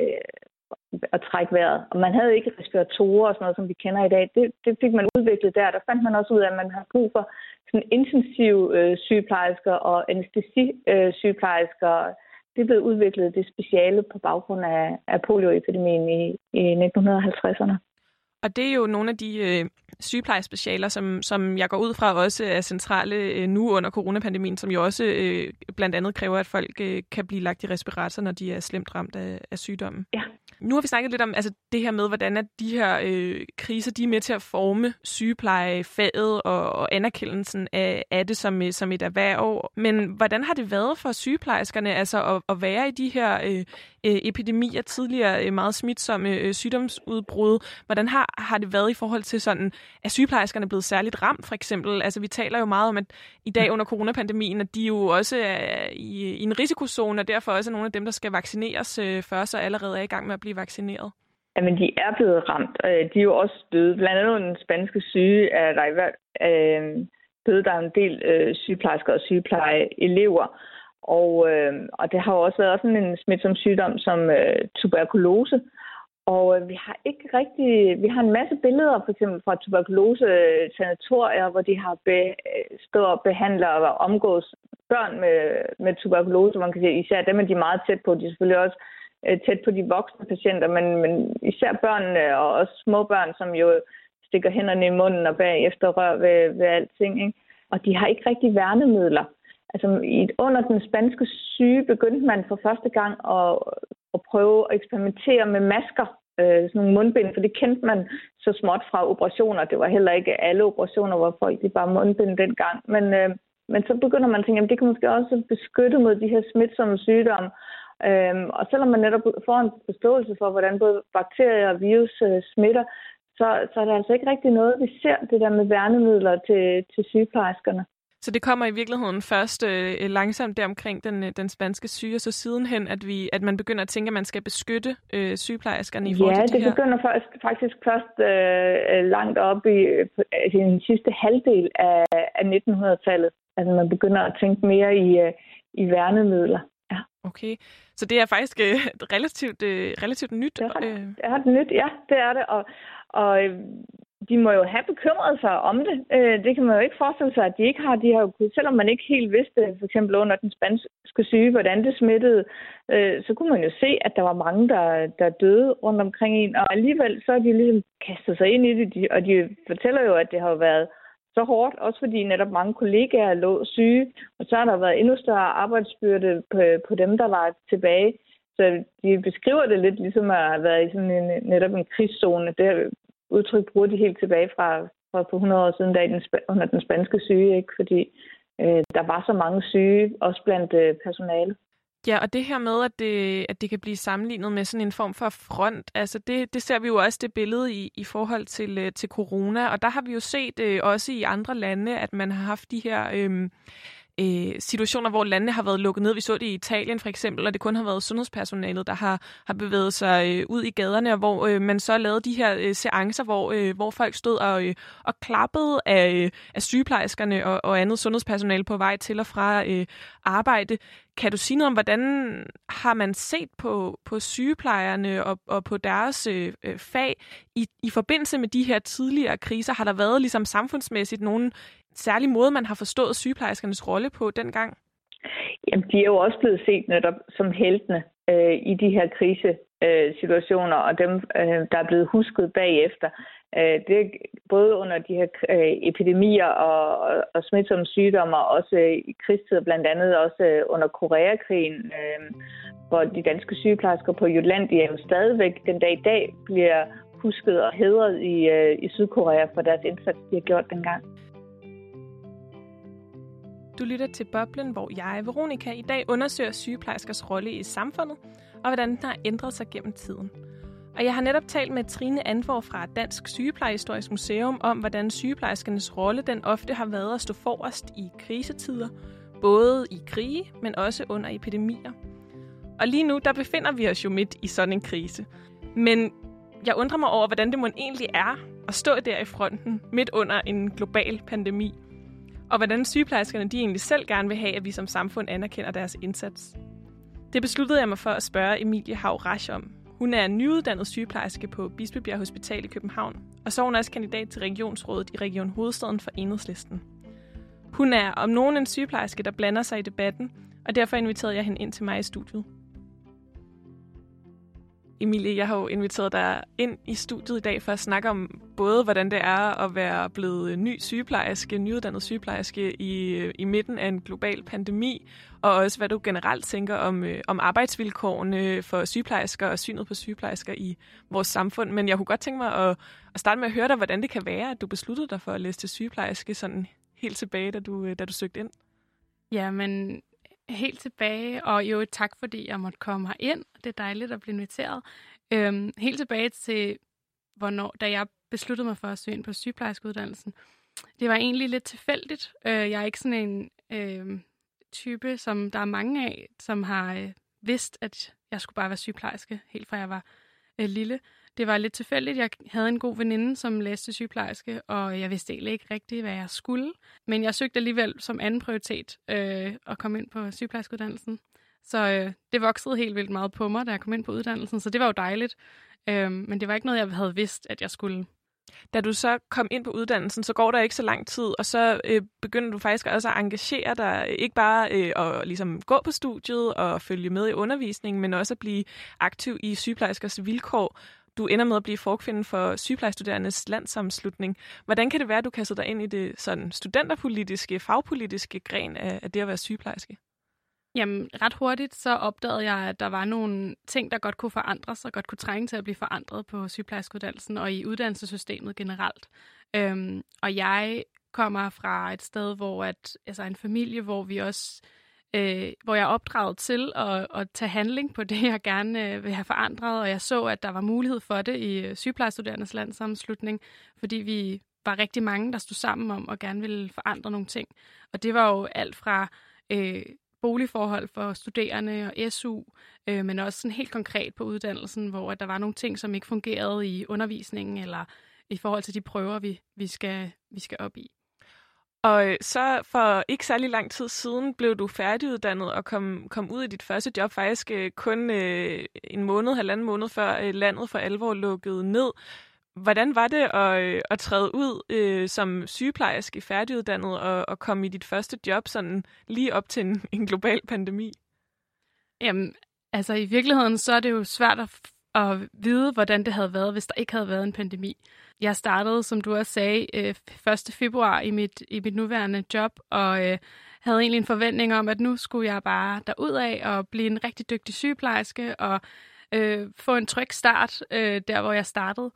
øh, at trække vejret. Og man havde ikke respiratorer og sådan noget, som vi kender i dag. Det, det fik man udviklet der. Der fandt man også ud af, at man har brug for sådan intensiv øh, sygeplejersker og anæstesi-sygeplejersker. Øh, det blev udviklet, det speciale, på baggrund af, af polioepidemien i, i nitten halvtredserne. Og det er jo nogle af de øh, sygeplejespecialer, som, som jeg går ud fra også er centrale øh, nu under coronapandemien, som jo også øh, blandt andet kræver, at folk øh, kan blive lagt i respirator, når de er slemt ramt af, af sygdommen. Ja. Nu har vi snakket lidt om altså, det her med, hvordan at de her øh, kriser de er med til at forme sygeplejefaget og, og anerkendelsen af, af det som, som et erhverv. Men hvordan har det været for sygeplejerskerne altså, at, at være i de her øh, epidemier, tidligere øh, meget smitsomme øh, sygdomsudbrud? Hvordan har, har det været i forhold til sådan, at sygeplejerskerne er blevet særligt ramt, for eksempel? Altså, vi taler jo meget om, at i dag under coronapandemien, at de jo også er i, i en risikozone, og derfor også er nogle af dem, der skal vaccineres øh, først, og allerede er i gang med at blive vaccineret. Jamen, de er blevet ramt. De er jo også døde. Blandt andet den spanske syge er der i hvert øh, døde der en del øh, sygeplejersker og sygeplejeelever. Og, øh, og det har jo også været sådan en smitsom sygdom som øh, tuberkulose. Og øh, vi har ikke rigtig, vi har en masse billeder for eksempel fra tuberkulose-sanatorier, hvor de har be, stået og behandler og omgås børn med, med tuberkulose. Man kan sige, især dem er de meget tæt på. De er selvfølgelig også tæt på de voksne patienter, men, men især børnene og også små børn, som jo stikker hænderne i munden og bagefter rør ved, ved alting. Ikke? Og de har ikke rigtig værnemidler. Altså under den spanske syge begyndte man for første gang at, at prøve at eksperimentere med masker, øh, sådan nogle mundbind, for det kendte man så småt fra operationer. Det var heller ikke alle operationer, hvor folk de bare mundbind dengang. Men, øh, men så begynder man at tænke, at det kan måske også beskytte mod de her smitsomme sygdomme. Øhm, og selvom man netop får en forståelse for, hvordan både bakterier og virus øh, smitter, så, så er der altså ikke rigtig noget, vi ser det der med værnemidler til, til sygeplejerskerne. Så det kommer i virkeligheden først øh, langsomt der omkring den, den spanske syge, og så sidenhen, at, vi, at man begynder at tænke, at man skal beskytte øh, sygeplejerskerne i forhold ja, til de her? Ja, det begynder først, faktisk først øh, langt op i, i den sidste halvdel af, af nitten hundrede-tallet. Altså man begynder at tænke mere i, øh, i værnemidler. Ja. Okay, så det er faktisk øh, relativt, øh, relativt nyt. Det er, øh. det er det nyt, ja, det er det. Og, og øh, de må jo have bekymret sig om det. Øh, det kan man jo ikke forestille sig, at de ikke har. De har jo, selvom man ikke helt vidste, for eksempel under den spanske syge, hvordan det smittede, øh, så kunne man jo se, at der var mange, der, der døde rundt omkring en. Og alligevel så har de ligesom kastet sig ind i det, de, og de fortæller jo, at det har været så hårdt, også fordi netop mange kollegaer lå syge, og så har der været endnu større arbejdsbyrde på, på dem, der var tilbage. Så de beskriver det lidt ligesom at have været i sådan en, netop en krigszone. Det udtryk bruger de helt tilbage fra, fra for hundrede år siden, da den, under den spanske syge, ikke? Fordi øh, der var så mange syge, også blandt øh, personale. Ja, og det her med, at det, at det kan blive sammenlignet med sådan en form for front, altså det, det ser vi jo også det billede i, i forhold til, til corona, og der har vi jo set øh, også i andre lande, at man har haft de her øh, øh, situationer, hvor landene har været lukket ned. Vi så det i Italien for eksempel, og det kun har været sundhedspersonalet, der har, har bevæget sig øh, ud i gaderne, og hvor øh, man så lavede de her øh, seancer, hvor, øh, hvor folk stod og, øh, og klappede af, øh, af sygeplejerskerne og, og andet sundhedspersonale på vej til og fra øh, arbejde. Kan du sige noget om, hvordan har man set på, på sygeplejerne og, og på deres øh, fag i, i forbindelse med de her tidligere kriser? Har der været ligesom samfundsmæssigt nogen særlig måde, man har forstået sygeplejerskernes rolle på dengang? Jamen, de er jo også blevet set netop som heltene øh, i de her krisesituationer, og dem, øh, der er blevet husket bagefter. Øh, det er både under de her øh, epidemier og, og, og smitsomme sygdomme, og også øh, i krigstider, blandt andet også øh, under Koreakrigen, øh, hvor de danske sygeplejersker på Jutlandia jo stadigvæk den dag i dag bliver husket og hædret i, øh, i Sydkorea for deres indsats, de har gjort dengang. Du lytter til Boblen, hvor jeg, Veronica, i dag undersøger sygeplejerskers rolle i samfundet, og hvordan den har ændret sig gennem tiden. Og jeg har netop talt med Trine Anvor fra Dansk Sygeplejehistorisk Museum om, hvordan sygeplejerskernes rolle den ofte har været at stå forrest i krisetider, både i krige, men også under epidemier. Og lige nu, der befinder vi os jo midt i sådan en krise. Men jeg undrer mig over, hvordan det må egentlig er at stå der i fronten midt under en global pandemi. Og hvordan sygeplejerskerne de egentlig selv gerne vil have, at vi som samfund anerkender deres indsats. Det besluttede jeg mig for at spørge Emilie Hav-Rasch om. Hun er nyuddannet sygeplejerske på Bispebjerg Hospital i København, og så er hun også kandidat til regionsrådet i Region Hovedstaden for Enhedslisten. Hun er om nogen en sygeplejerske, der blander sig i debatten, og derfor inviterede jeg hende ind til mig i studiet. Emilie, jeg har jo inviteret dig ind i studiet i dag for at snakke om både, hvordan det er at være blevet ny sygeplejerske, nyuddannet sygeplejerske i, i midten af en global pandemi, og også hvad du generelt tænker om, om arbejdsvilkårene for sygeplejersker og synet på sygeplejersker i vores samfund. Men jeg kunne godt tænke mig at, at starte med at høre dig, hvordan det kan være, at du besluttede dig for at læse til sygeplejerske sådan helt tilbage, da du, da du søgte ind. Ja, men helt tilbage, og jo tak, fordi jeg måtte komme her ind. Det er dejligt at blive inviteret. Øhm, helt tilbage til, hvornår, da jeg besluttede mig for at søge ind på sygeplejerskeuddannelsen. Det var egentlig lidt tilfældigt. Øh, jeg er ikke sådan en øh, type, som der er mange af, som har øh, vidst, at jeg skulle bare være sygeplejerske, helt fra jeg var øh, lille. Det var lidt tilfældigt. Jeg havde en god veninde, som læste sygeplejerske, og jeg vidste egentlig ikke rigtigt, hvad jeg skulle. Men jeg søgte alligevel som anden prioritet øh, at komme ind på sygeplejerskeuddannelsen. Så øh, det voksede helt vildt meget på mig, da jeg kom ind på uddannelsen, så det var jo dejligt. Øh, men det var ikke noget, jeg havde vidst, at jeg skulle. Da du så kom ind på uddannelsen, så går der ikke så lang tid, og så øh, begynder du faktisk også at engagere dig, ikke bare øh, at ligesom gå på studiet og følge med i undervisningen, men også at blive aktiv i sygeplejerskers vilkår. Du ender med at blive forkvinde for sygeplejestuderendes landssammenslutning. Hvordan kan det være, at du kaster dig ind i det sådan studenterpolitiske, fagpolitiske gren af, af det at være sygeplejerske? Jamen, ret hurtigt så opdagede jeg, at der var nogle ting, der godt kunne forandres, og godt kunne trænge til at blive forandret på sygeplejerskeuddannelsen og i uddannelsessystemet generelt. Øhm, og jeg kommer fra et sted, hvor at, altså en familie, hvor vi også Øh, hvor jeg er opdraget til at, at tage handling på det, jeg gerne øh, vil have forandret, og jeg så, at der var mulighed for det i øh, sygeplejestuderendes landssammenslutning, fordi vi var rigtig mange, der stod sammen om at gerne ville forandre nogle ting. Og det var jo alt fra øh, boligforhold for studerende og S U, øh, men også sådan helt konkret på uddannelsen, hvor der var nogle ting, som ikke fungerede i undervisningen eller i forhold til de prøver, vi, vi, skal, vi skal op i. Og så for ikke særlig lang tid siden blev du færdiguddannet og kom, kom ud i dit første job faktisk øh, kun øh, en måned, halvanden måned før øh, landet for alvor lukkede ned. Hvordan var det at, øh, at træde ud øh, som sygeplejerske færdiguddannet og, og komme i dit første job sådan lige op til en, en global pandemi? Jamen, altså i virkeligheden så er det jo svært at, at vide, hvordan det havde været, hvis der ikke havde været en pandemi. Jeg startede, som du også sagde, første februar i mit, i mit nuværende job, og øh, havde egentlig en forventning om, at nu skulle jeg bare derudad og blive en rigtig dygtig sygeplejerske og øh, få en tryg start øh, der, hvor jeg startede.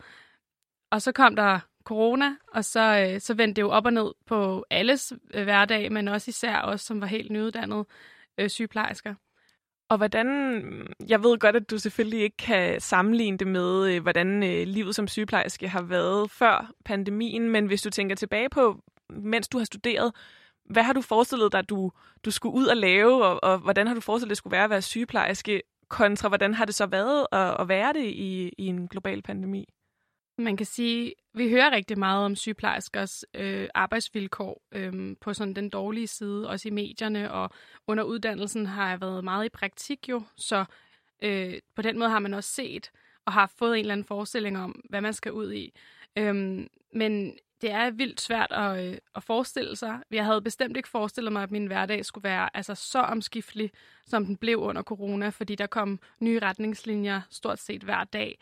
Og så kom der corona, og så, øh, så vendte det jo op og ned på alles øh, hverdag, men også især os, som var helt nyuddannede øh, sygeplejersker. Og hvordan, jeg ved godt, at du selvfølgelig ikke kan sammenligne det med, hvordan livet som sygeplejerske har været før pandemien, men hvis du tænker tilbage på, mens du har studeret, hvad har du forestillet dig, du, du skulle ud og lave, og, og hvordan har du forestillet det skulle være at være sygeplejerske, kontra hvordan har det så været at, at være det i, i en global pandemi? Man kan sige, vi hører rigtig meget om sygeplejerskers øh, arbejdsvilkår øh, på sådan den dårlige side, også i medierne, og under uddannelsen har jeg været meget i praktik jo, så øh, på den måde har man også set og har fået en eller anden forestilling om, hvad man skal ud i. Øhm, men det er vildt svært at, øh, at forestille sig. Jeg havde bestemt ikke forestillet mig, at min hverdag skulle være altså, så omskiftelig, som den blev under corona, fordi der kom nye retningslinjer stort set hver dag.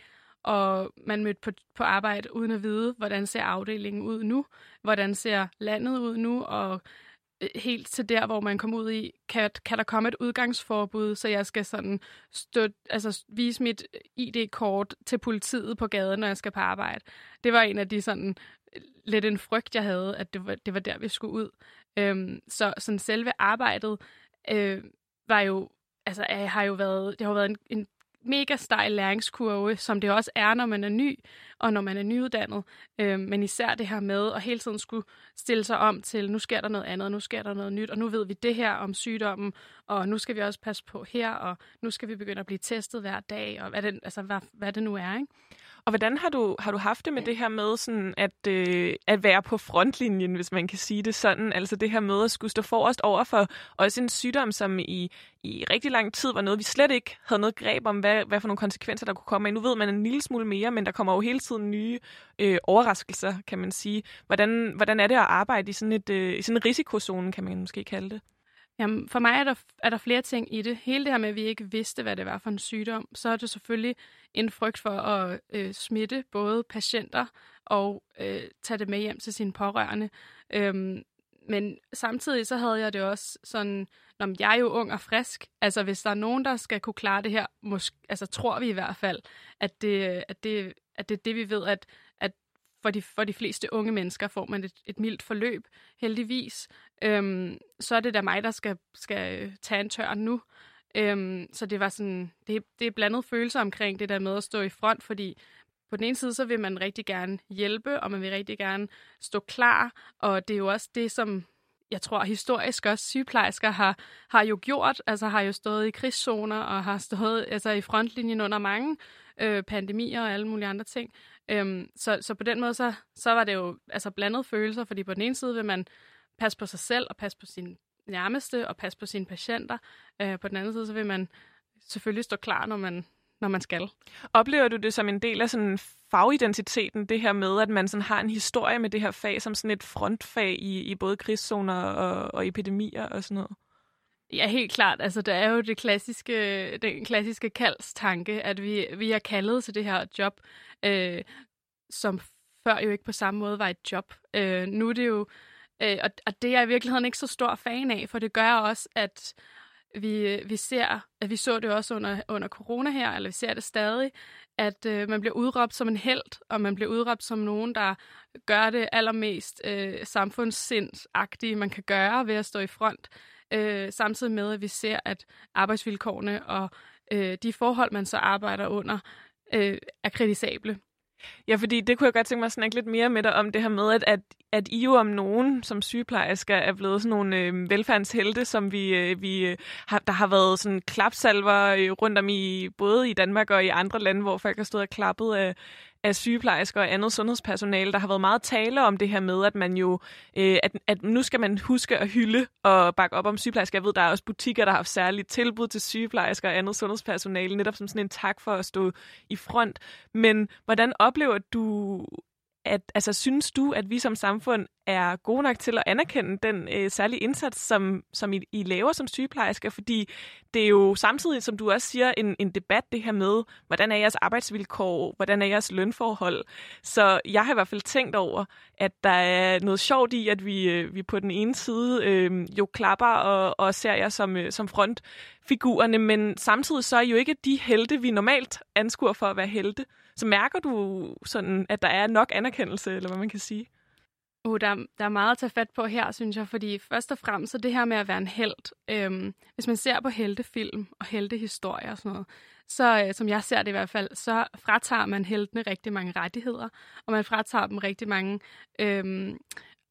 Og man mødte på, på arbejde uden at vide, hvordan ser afdelingen ud nu, hvordan ser landet ud nu, og helt til der, hvor man kommer ud i, kan, kan der komme et udgangsforbud, så jeg skal sådan stå, altså vise mit I D-kort til politiet på gaden, når jeg skal på arbejde. Det var en af de sådan lidt en frygt, jeg havde, at det var, det var der, vi skulle ud. Øhm, så sådan selve arbejdet øh, var jo, altså jeg har jo været, det har været en, en mega stejl læringskurve, som det også er, når man er ny, og når man er nyuddannet. Øh, men især det her med at hele tiden skulle stille sig om til, nu sker der noget andet, nu sker der noget nyt, og nu ved vi det her om sygdommen, og nu skal vi også passe på her, og nu skal vi begynde at blive testet hver dag, og hvad det, altså, hvad, hvad det nu er, ikke? Og hvordan har du, har du haft det med det her med sådan at, øh, at være på frontlinjen, hvis man kan sige det sådan? Altså det her med at skulle stå forrest over for også en sygdom, som i, i rigtig lang tid var noget, vi slet ikke havde noget greb om, hvad, hvad for nogle konsekvenser, der kunne komme af. Nu ved man en lille smule mere, men der kommer jo hele tiden nye øh, overraskelser, kan man sige. Hvordan, hvordan er det at arbejde i sådan, et, øh, i sådan en risikozone, kan man måske kalde det? Jamen, for mig er der, er der flere ting i det. Hele det her med, at vi ikke vidste, hvad det var for en sygdom, så er det selvfølgelig en frygt for at øh, smitte både patienter og øh, tage det med hjem til sine pårørende. Øhm, men samtidig så havde jeg det også sådan, når jeg er jo ung og frisk. Altså hvis der er nogen, der skal kunne klare det her, måske, altså tror vi i hvert fald, at det, at det, at det er det, vi ved, at, at For de, for de fleste unge mennesker får man et, et mildt forløb, heldigvis. Øhm, så er det da mig, der skal, skal tage en tørn nu. Øhm, så det var sådan, det, det er blandet følelser omkring det der med at stå i front, fordi på den ene side, så vil man rigtig gerne hjælpe, og man vil rigtig gerne stå klar, og det er jo også det, som jeg tror historisk også sygeplejersker har, har jo gjort, altså har jo stået i krigszoner, og har stået altså, i frontlinjen under mange øh, pandemier og alle mulige andre ting. Øhm, så, så på den måde, så, så var det jo altså blandede følelser, fordi på den ene side vil man passe på sig selv og passe på sine nærmeste og passe på sine patienter. Øh, på den anden side, så vil man selvfølgelig stå klar, når man, når man skal. Oplever du det som en del af sådan fagidentiteten, det her med, at man sådan har en historie med det her fag som sådan et frontfag i, i både krigszoner og, og epidemier og sådan noget? Ja, helt klart. Altså, der er jo det klassiske, den klassiske kaldstanke, at vi, vi er kaldet til det her job, øh, som før jo ikke på samme måde var et job. Øh, nu er det jo, øh, og, og det er jeg i virkeligheden ikke så stor fan af, for det gør også, at vi, vi ser, at vi så det også under, under corona her, eller vi ser det stadig, at øh, man bliver udråbt som en helt, og man bliver udråbt som nogen, der gør det allermest øh, samfundssindsagtige, man kan gøre ved at stå i front. Øh, samtidig med, at vi ser, at arbejdsvilkårene og øh, de forhold, man så arbejder under, øh, er kritisable. Ja, fordi det kunne jeg godt tænke mig at snakke lidt mere med dig om, det her med, at, at, at I jo om nogen som sygeplejersker er blevet sådan nogle øh, velfærdshelte, som vi, øh, vi øh, har, der har været sådan klapsalver øh, rundt om i, både i Danmark og i andre lande, hvor folk har stået og klappet af, af sygeplejersker og andet sundhedspersonale. Der har været meget tale om det her med, at man jo, øh, at, at nu skal man huske at hylde og bakke op om sygeplejersker. Jeg ved, der er også butikker, der har haft særligt tilbud til sygeplejersker og andet sundhedspersonale, netop som sådan en tak for at stå i front. Men hvordan oplever du, at, altså synes du, at vi som samfund er gode nok til at anerkende den øh, særlige indsats, som, som I, I laver som sygeplejersker? Fordi det er jo samtidig, som du også siger, en, en debat det her med, hvordan er jeres arbejdsvilkår, hvordan er jeres lønforhold. Så jeg har i hvert fald tænkt over, at der er noget sjovt i, at vi, øh, vi på den ene side øh, jo klapper og, og ser jer som, øh, som frontfigurerne, men samtidig så er I jo ikke de helte, vi normalt anskuer for at være helte. Så mærker du sådan, at der er nok anerkendelse, eller hvad man kan sige? Uh, der, der er meget at tage fat på her, synes jeg, fordi først og fremmest så det her med at være en helt. Øhm, hvis man ser på heltefilm og heltehistorier og sådan noget, så øh, som jeg ser det i hvert fald, så fratager man heltene rigtig mange rettigheder, og man fratager dem rigtig mange øhm,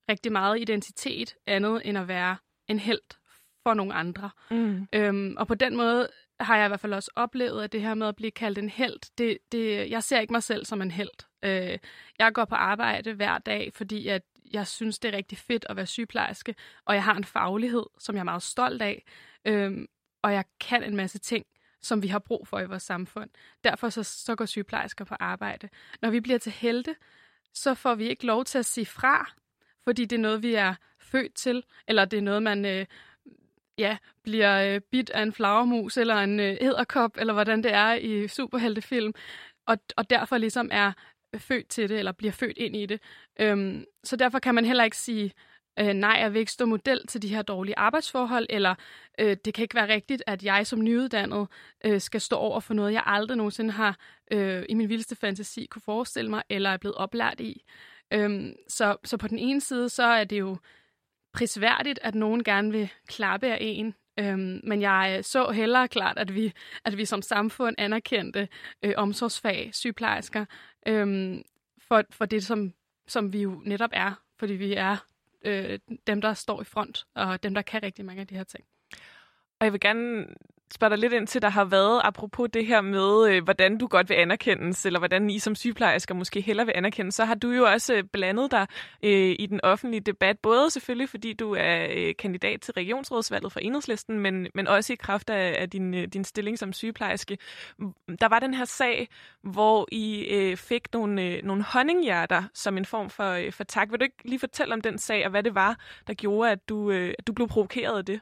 rigtig meget identitet andet end at være en helt for nogle andre. Mm. Øhm, og på den måde har jeg i hvert fald også oplevet, at det her med at blive kaldt en helt, det, det, jeg ser ikke mig selv som en helt. Øh, jeg går på arbejde hver dag, fordi at jeg synes, det er rigtig fedt at være sygeplejerske, og jeg har en faglighed, som jeg er meget stolt af, øhm, og jeg kan en masse ting, som vi har brug for i vores samfund. Derfor så, så går sygeplejersker på arbejde. Når vi bliver til helte, så får vi ikke lov til at sige fra, fordi det er noget, vi er født til, eller det er noget, man øh, ja, bliver øh, bidt af en flagermus, eller en øh, edderkop, eller hvordan det er i superheltefilm, og, og derfor ligesom er født til det, eller bliver født ind i det. Øhm, så derfor kan man heller ikke sige, øh, nej, jeg vil ikke stå model til de her dårlige arbejdsforhold, eller øh, det kan ikke være rigtigt, at jeg som nyuddannet øh, skal stå over for noget, jeg aldrig nogensinde har øh, i min vildeste fantasi kunne forestille mig, eller er blevet oplært i. Øhm, så, så på den ene side, så er det jo prisværdigt, at nogen gerne vil klappe af en, øhm, men jeg så hellere klart, at vi, at vi som samfund anerkendte øh, omsorgsfag, sygeplejersker, øhm, for, for det, som, som vi jo netop er, fordi vi er øh, dem, der står i front, og dem, der kan rigtig mange af de her ting. Og jeg vil gerne spørge dig lidt ind til, der har været, apropos det her med, øh, hvordan du godt vil anerkendes, eller hvordan I som sygeplejersker måske hellere vil anerkendes, så har du jo også blandet dig øh, i den offentlige debat, både selvfølgelig fordi du er øh, kandidat til regionsrådsvalget for Enhedslisten, men, men også i kraft af, af din, din stilling som sygeplejerske. Der var den her sag, hvor I øh, fik nogle, øh, nogle honninghjerter som en form for, øh, for tak. Vil du ikke lige fortælle om den sag, og hvad det var, der gjorde, at du, øh, at du blev provokeret af det?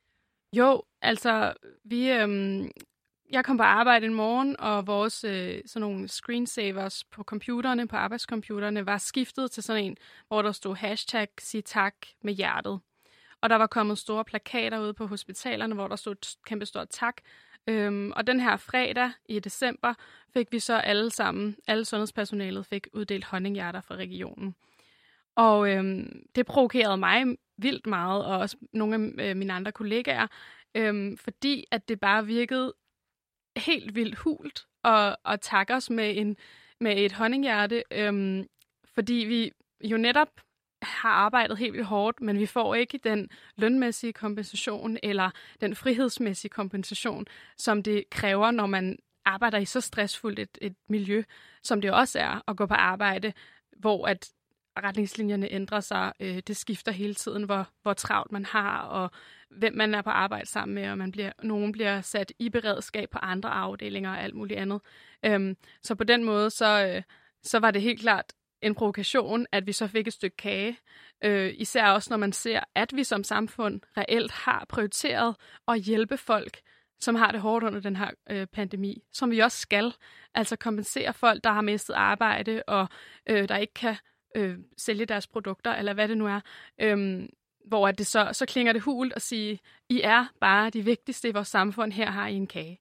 Jo, altså, vi, øhm, jeg kom på arbejde en morgen, og vores øh, sådan nogle screensavers på computerne, på arbejdscomputerne, var skiftet til sådan en, hvor der stod hashtag sig tak med hjertet. Og der var kommet store plakater ude på hospitalerne, hvor der stod et kæmpe stort tak. Øhm, og den her fredag i december fik vi så alle sammen, alle sundhedspersonalet fik uddelt honninghjerter fra regionen. Og øhm, det provokerede mig vildt meget, og også nogle af øh, mine andre kollegaer, øhm, fordi at det bare virkede helt vildt hult at, at takke os med, en, med et honninghjerte, øhm, fordi vi jo netop har arbejdet helt vildt hårdt, men vi får ikke den lønmæssige kompensation eller den frihedsmæssige kompensation, som det kræver, når man arbejder i så stressfuldt et, et miljø, som det også er at gå på arbejde, hvor at retningslinjerne ændrer sig. Øh, det skifter hele tiden, hvor, hvor travlt man har, og hvem man er på arbejde sammen med, og man bliver, nogen bliver sat i beredskab på andre afdelinger og alt muligt andet. Øhm, så på den måde, så, øh, så var det helt klart en provokation, at vi så fik et stykke kage. Øh, især også, når man ser, at vi som samfund reelt har prioriteret at hjælpe folk, som har det hårdt under den her øh, pandemi, som vi også skal. Altså kompensere folk, der har mistet arbejde, og øh, der ikke kan Øh, sælge deres produkter, eller hvad det nu er, øhm, hvor det så, så klinger det hult at sige, I er bare de vigtigste i vores samfund, her har I en kage.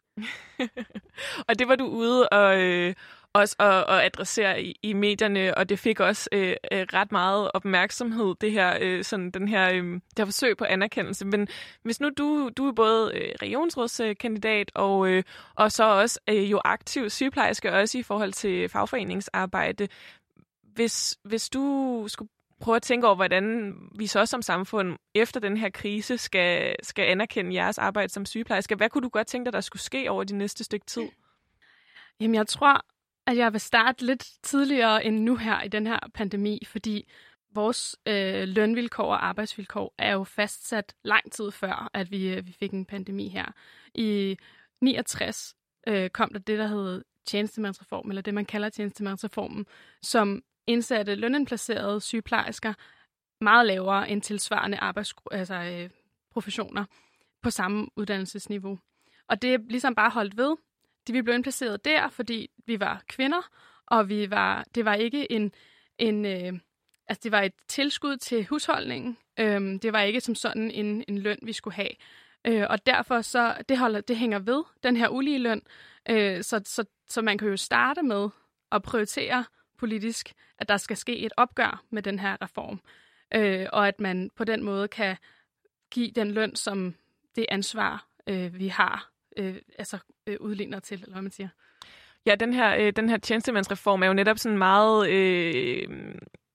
Og det var du ude og, øh, også at, at adressere i, i medierne, og det fik også øh, ret meget opmærksomhed, det her, øh, sådan, den her, øh, det her forsøg på anerkendelse. Men hvis nu du, du er både øh, regionsrådskandidat og, øh, og så også øh, jo aktiv sygeplejerske, også i forhold til fagforeningsarbejde, Hvis, hvis du skulle prøve at tænke over, hvordan vi så som samfund efter den her krise skal, skal anerkende jeres arbejde som sygeplejerske, hvad kunne du godt tænke dig, der skulle ske over de næste stykke tid? Jamen, jeg tror, at jeg vil starte lidt tidligere end nu her i den her pandemi, fordi vores øh, lønvilkår og arbejdsvilkår er jo fastsat lang tid før, at vi, øh, vi fik en pandemi her. I niogtres øh, kom der det, der hed tjenestemandsreform, eller det, man kalder tjenestemandsreformen, som indsatte lønindplacerede sygeplejersker meget lavere end tilsvarende arbejds, altså, øh, professioner på samme uddannelsesniveau. Og det er ligesom bare holdt ved. De vi blev indplaceret der, fordi vi var kvinder, og vi var, det var ikke en, en øh, altså det var et tilskud til husholdningen. Øhm, det var ikke som sådan en, en løn, vi skulle have. Øh, og derfor så, det, holder, det hænger ved, den her ulige løn. Øh, så, så, så man kan jo starte med at prioritere politisk, at der skal ske et opgør med den her reform, øh, og at man på den måde kan give den løn, som det ansvar, øh, vi har, øh, altså øh, udligner til, eller hvad man siger. Ja, den her, øh, den her tjenestemandsreform er jo netop sådan meget øh,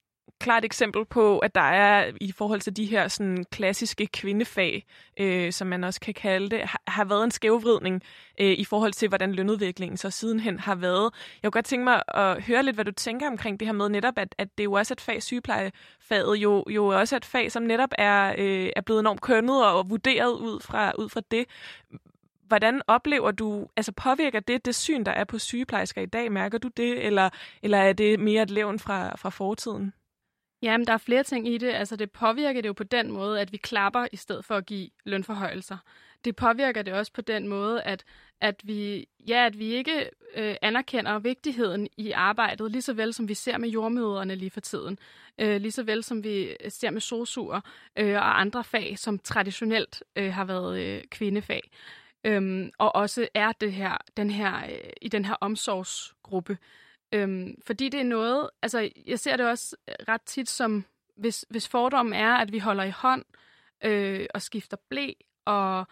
klart eksempel på, at der er i forhold til de her sådan, klassiske kvindefag, øh, som man også kan kalde det, har, har været en skævvridning øh, i forhold til, hvordan lønudviklingen så sidenhen har været. Jeg kunne godt tænke mig at høre lidt, hvad du tænker omkring det her med netop, at, at det jo også er et fag, sygeplejefaget jo, jo også er et fag, som netop er, øh, er blevet enormt kønnet og vurderet ud fra, ud fra det. Hvordan oplever du, altså påvirker det det syn, der er på sygeplejersker i dag? Mærker du det, eller, eller er det mere et levn fra, fra fortiden? Jamen, der er flere ting i det. Altså, det påvirker det jo på den måde, at vi klapper i stedet for at give lønforhøjelser. Det påvirker det også på den måde, at, at, vi, ja, at vi ikke øh, anerkender vigtigheden i arbejdet, lige så vel som vi ser med jordmødrene lige for tiden. Øh, lige så vel som vi ser med sosuer øh, og andre fag, som traditionelt øh, har været øh, kvindefag. Øhm, og også er det her, den her, øh, i den her omsorgsgruppe. Øhm, fordi det er noget, altså jeg ser det også ret tit som, hvis, hvis fordommen er, at vi holder i hånd øh, og skifter ble og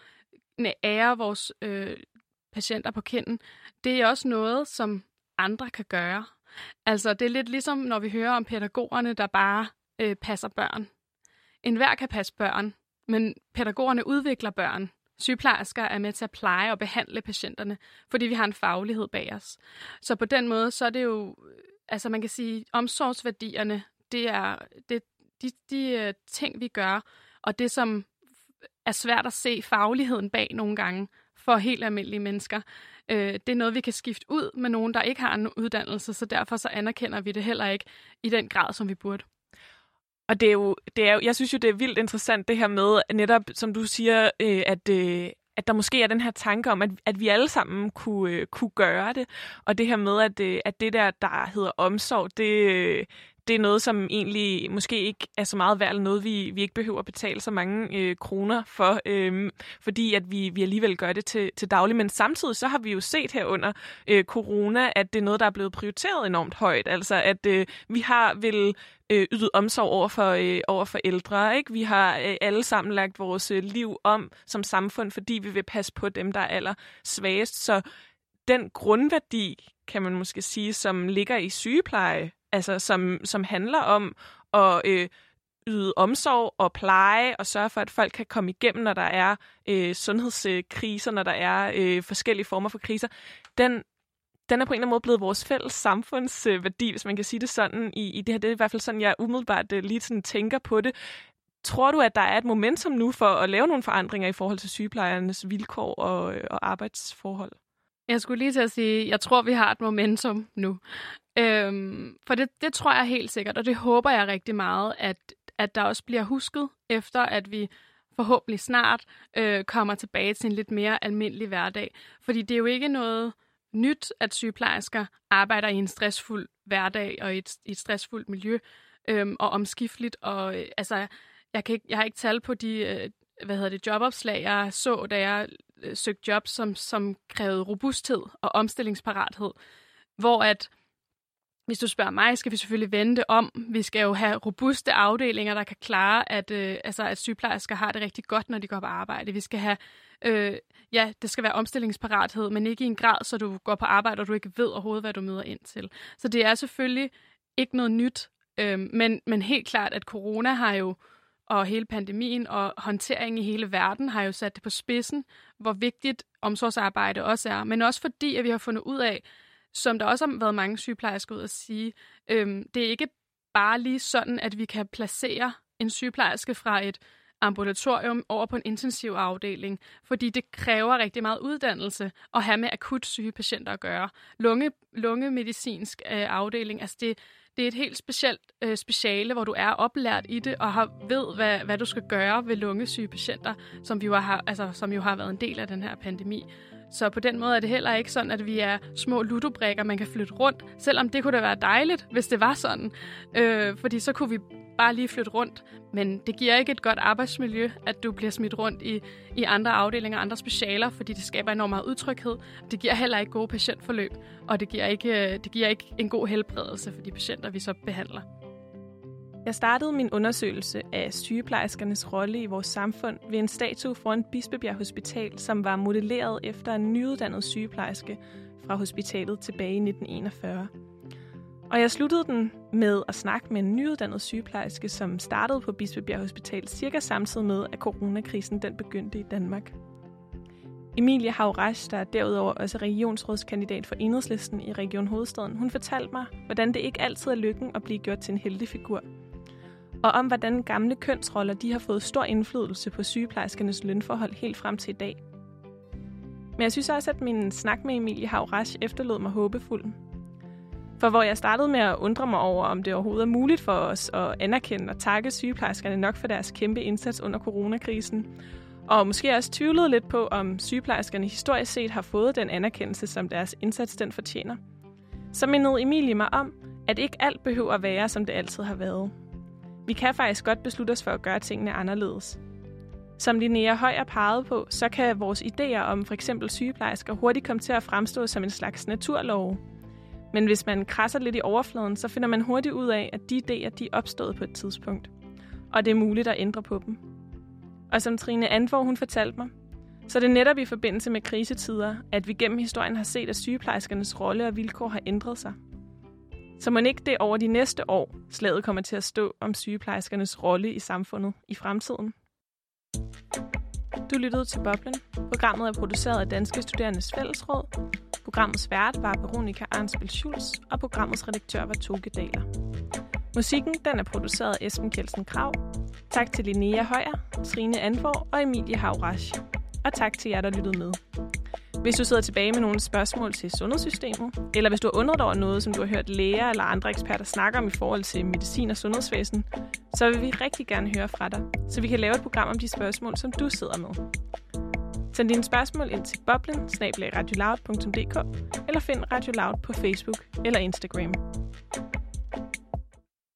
ærer vores øh, patienter på kinden, det er også noget, som andre kan gøre. Altså det er lidt ligesom, når vi hører om pædagogerne, der bare øh, passer børn. Enhver kan passe børn, men pædagogerne udvikler børn. Sygeplejersker er med til at pleje og behandle patienterne, fordi vi har en faglighed bag os. Så på den måde, så er det jo, altså man kan sige, omsorgsværdierne, det er det, de, de ting, vi gør, og det, som er svært at se fagligheden bag nogle gange for helt almindelige mennesker, øh, det er noget, vi kan skifte ud med nogen, der ikke har en uddannelse, så derfor så anerkender vi det heller ikke i den grad, som vi burde. Og det er jo, det er jo, jeg synes jo, det er vildt interessant det her med, netop som du siger, øh, at, øh, at der måske er den her tanke om, at, at vi alle sammen kunne, øh, kunne gøre det. Og det her med, at, øh, at det der, der hedder omsorg, det, øh, det er noget, som egentlig måske ikke er så meget værd, eller noget, vi, vi ikke behøver at betale så mange øh, kroner for, øh, fordi at vi, vi alligevel gør det til, til daglig. Men samtidig så har vi jo set her under øh, corona, at det er noget, der er blevet prioriteret enormt højt. Altså at øh, vi har vel øh, ydet omsorg over for, øh, over for ældre. Ikke? Vi har øh, alle sammen lagt vores øh, liv om som samfund, fordi vi vil passe på dem, der er allersvagest. Så den grundværdi, kan man måske sige, som ligger i sygepleje, altså som, som handler om at øh, yde omsorg og pleje og sørge for, at folk kan komme igennem, når der er øh, sundhedskriser, når der er øh, forskellige former for kriser, den, den er på en eller anden måde blevet vores fælles samfundsværdi, hvis man kan sige det sådan. I, i det her, det er i hvert fald sådan, jeg umiddelbart øh, lige sådan tænker på det. Tror du, at der er et momentum nu for at lave nogle forandringer i forhold til sygeplejernes vilkår og, og arbejdsforhold? Jeg skulle lige til at sige, jeg tror, vi har et momentum nu. Øhm, for det, det tror jeg helt sikkert, og det håber jeg rigtig meget, at, at der også bliver husket, efter at vi forhåbentlig snart øh, kommer tilbage til en lidt mere almindelig hverdag. Fordi det er jo ikke noget nyt, at sygeplejersker arbejder i en stressfuld hverdag og i et, i et stressfuldt miljø øh, og omskifteligt. Og øh, altså, jeg, kan ikke, jeg har ikke tal på de øh, hvad hedder det, jobopslag, jeg så, da jeg øh, søgte job, som, som krævede robusthed og omstillingsparathed. Hvor at, hvis du spørger mig, skal vi selvfølgelig vende det om. Vi skal jo have robuste afdelinger, der kan klare, at, øh, altså, at sygeplejersker har det rigtig godt, når de går på arbejde. Vi skal have, øh, ja, det skal være omstillingsparathed, men ikke i en grad, så du går på arbejde, og du ikke ved overhovedet, hvad du møder ind til. Så det er selvfølgelig ikke noget nyt, øh, men, men helt klart, at corona har jo, og hele pandemien og håndteringen i hele verden har jo sat det på spidsen, hvor vigtigt omsorgsarbejde også er. Men også fordi, at vi har fundet ud af, som der også har været mange sygeplejersker ud at sige, øhm, det er ikke bare lige sådan, at vi kan placere en sygeplejerske fra et ambulatorium over på en intensiv afdeling, fordi det kræver rigtig meget uddannelse at have med akut syge patienter at gøre. Lunge, lungemedicinsk øh, afdeling, altså det, det er et helt specielt øh, speciale, hvor du er oplært i det og har, ved, hvad, hvad du skal gøre ved lungesyge patienter, som, vi jo har, altså, som jo har været en del af den her pandemi. Så på den måde er det heller ikke sådan, at vi er små ludobrikker, man kan flytte rundt. Selvom det kunne da være dejligt, hvis det var sådan. Øh, fordi så kunne vi bare lige flytte rundt. Men det giver ikke et godt arbejdsmiljø, at du bliver smidt rundt i, i andre afdelinger, andre specialer, fordi det skaber enormt meget utryghed. Det giver heller ikke gode patientforløb, og det giver ikke, det giver ikke en god helbredelse for de patienter, vi så behandler. Jeg startede min undersøgelse af sygeplejerskernes rolle i vores samfund ved en statue foran Bispebjerg Hospital, som var modelleret efter en nyuddannet sygeplejerske fra hospitalet tilbage i nitten enogfyrre. Og jeg sluttede den med at snakke med en nyuddannet sygeplejerske, som startede på Bispebjerg Hospital cirka samtidig med, at coronakrisen den begyndte i Danmark. Emilie Haurasch, der er derudover også regionsrådskandidat for Enhedslisten i Region Hovedstaden, hun fortalte mig, hvordan det ikke altid er lykken at blive gjort til en heldig figur. Og om hvordan gamle kønsroller de har fået stor indflydelse på sygeplejerskernes lønforhold helt frem til i dag. Men jeg synes også, at min snak med Emilie Haurasch efterlod mig håbefuld. For hvor jeg startede med at undre mig over, om det overhovedet er muligt for os at anerkende og takke sygeplejerskerne nok for deres kæmpe indsats under coronakrisen, og måske også tvivlede lidt på, om sygeplejerskerne historisk set har fået den anerkendelse, som deres indsats den fortjener, så mindede Emilie mig om, at ikke alt behøver at være, som det altid har været. Vi kan faktisk godt beslutte os for at gøre tingene anderledes. Som Linnea Højer pegede på, så kan vores idéer om for eksempel sygeplejersker hurtigt komme til at fremstå som en slags naturlov. Men hvis man krasser lidt i overfladen, så finder man hurtigt ud af, at de idéer de er opstået på et tidspunkt. Og det er muligt at ændre på dem. Og som Trine Anvor hun fortalte mig, så er det netop i forbindelse med krisetider, at vi gennem historien har set, at sygeplejerskernes rolle og vilkår har ændret sig. Så må ikke det over de næste år, slaget kommer til at stå om sygeplejerskernes rolle i samfundet i fremtiden. Du lyttede til Boblen. Programmet er produceret af Danske Studerendes Fællesråd. Programmets vært var Veronica Arnsbøl-Schulz, og programmets redaktør var Toge Daler. Musikken den er produceret af Esben Kjeldsen Krag. Tak til Linnea Højer, Trine Anvor og Emilie Haurasch. Og tak til jer, der lyttede med. Hvis du sidder tilbage med nogle spørgsmål til sundhedssystemet, eller hvis du har undret over noget, som du har hørt læger eller andre eksperter snakke om i forhold til medicin og sundhedsvæsen, så vil vi rigtig gerne høre fra dig, så vi kan lave et program om de spørgsmål, som du sidder med. Send dine spørgsmål ind til boblen bindestreg radioloud punktum d k eller find Radio Loud på Facebook eller Instagram.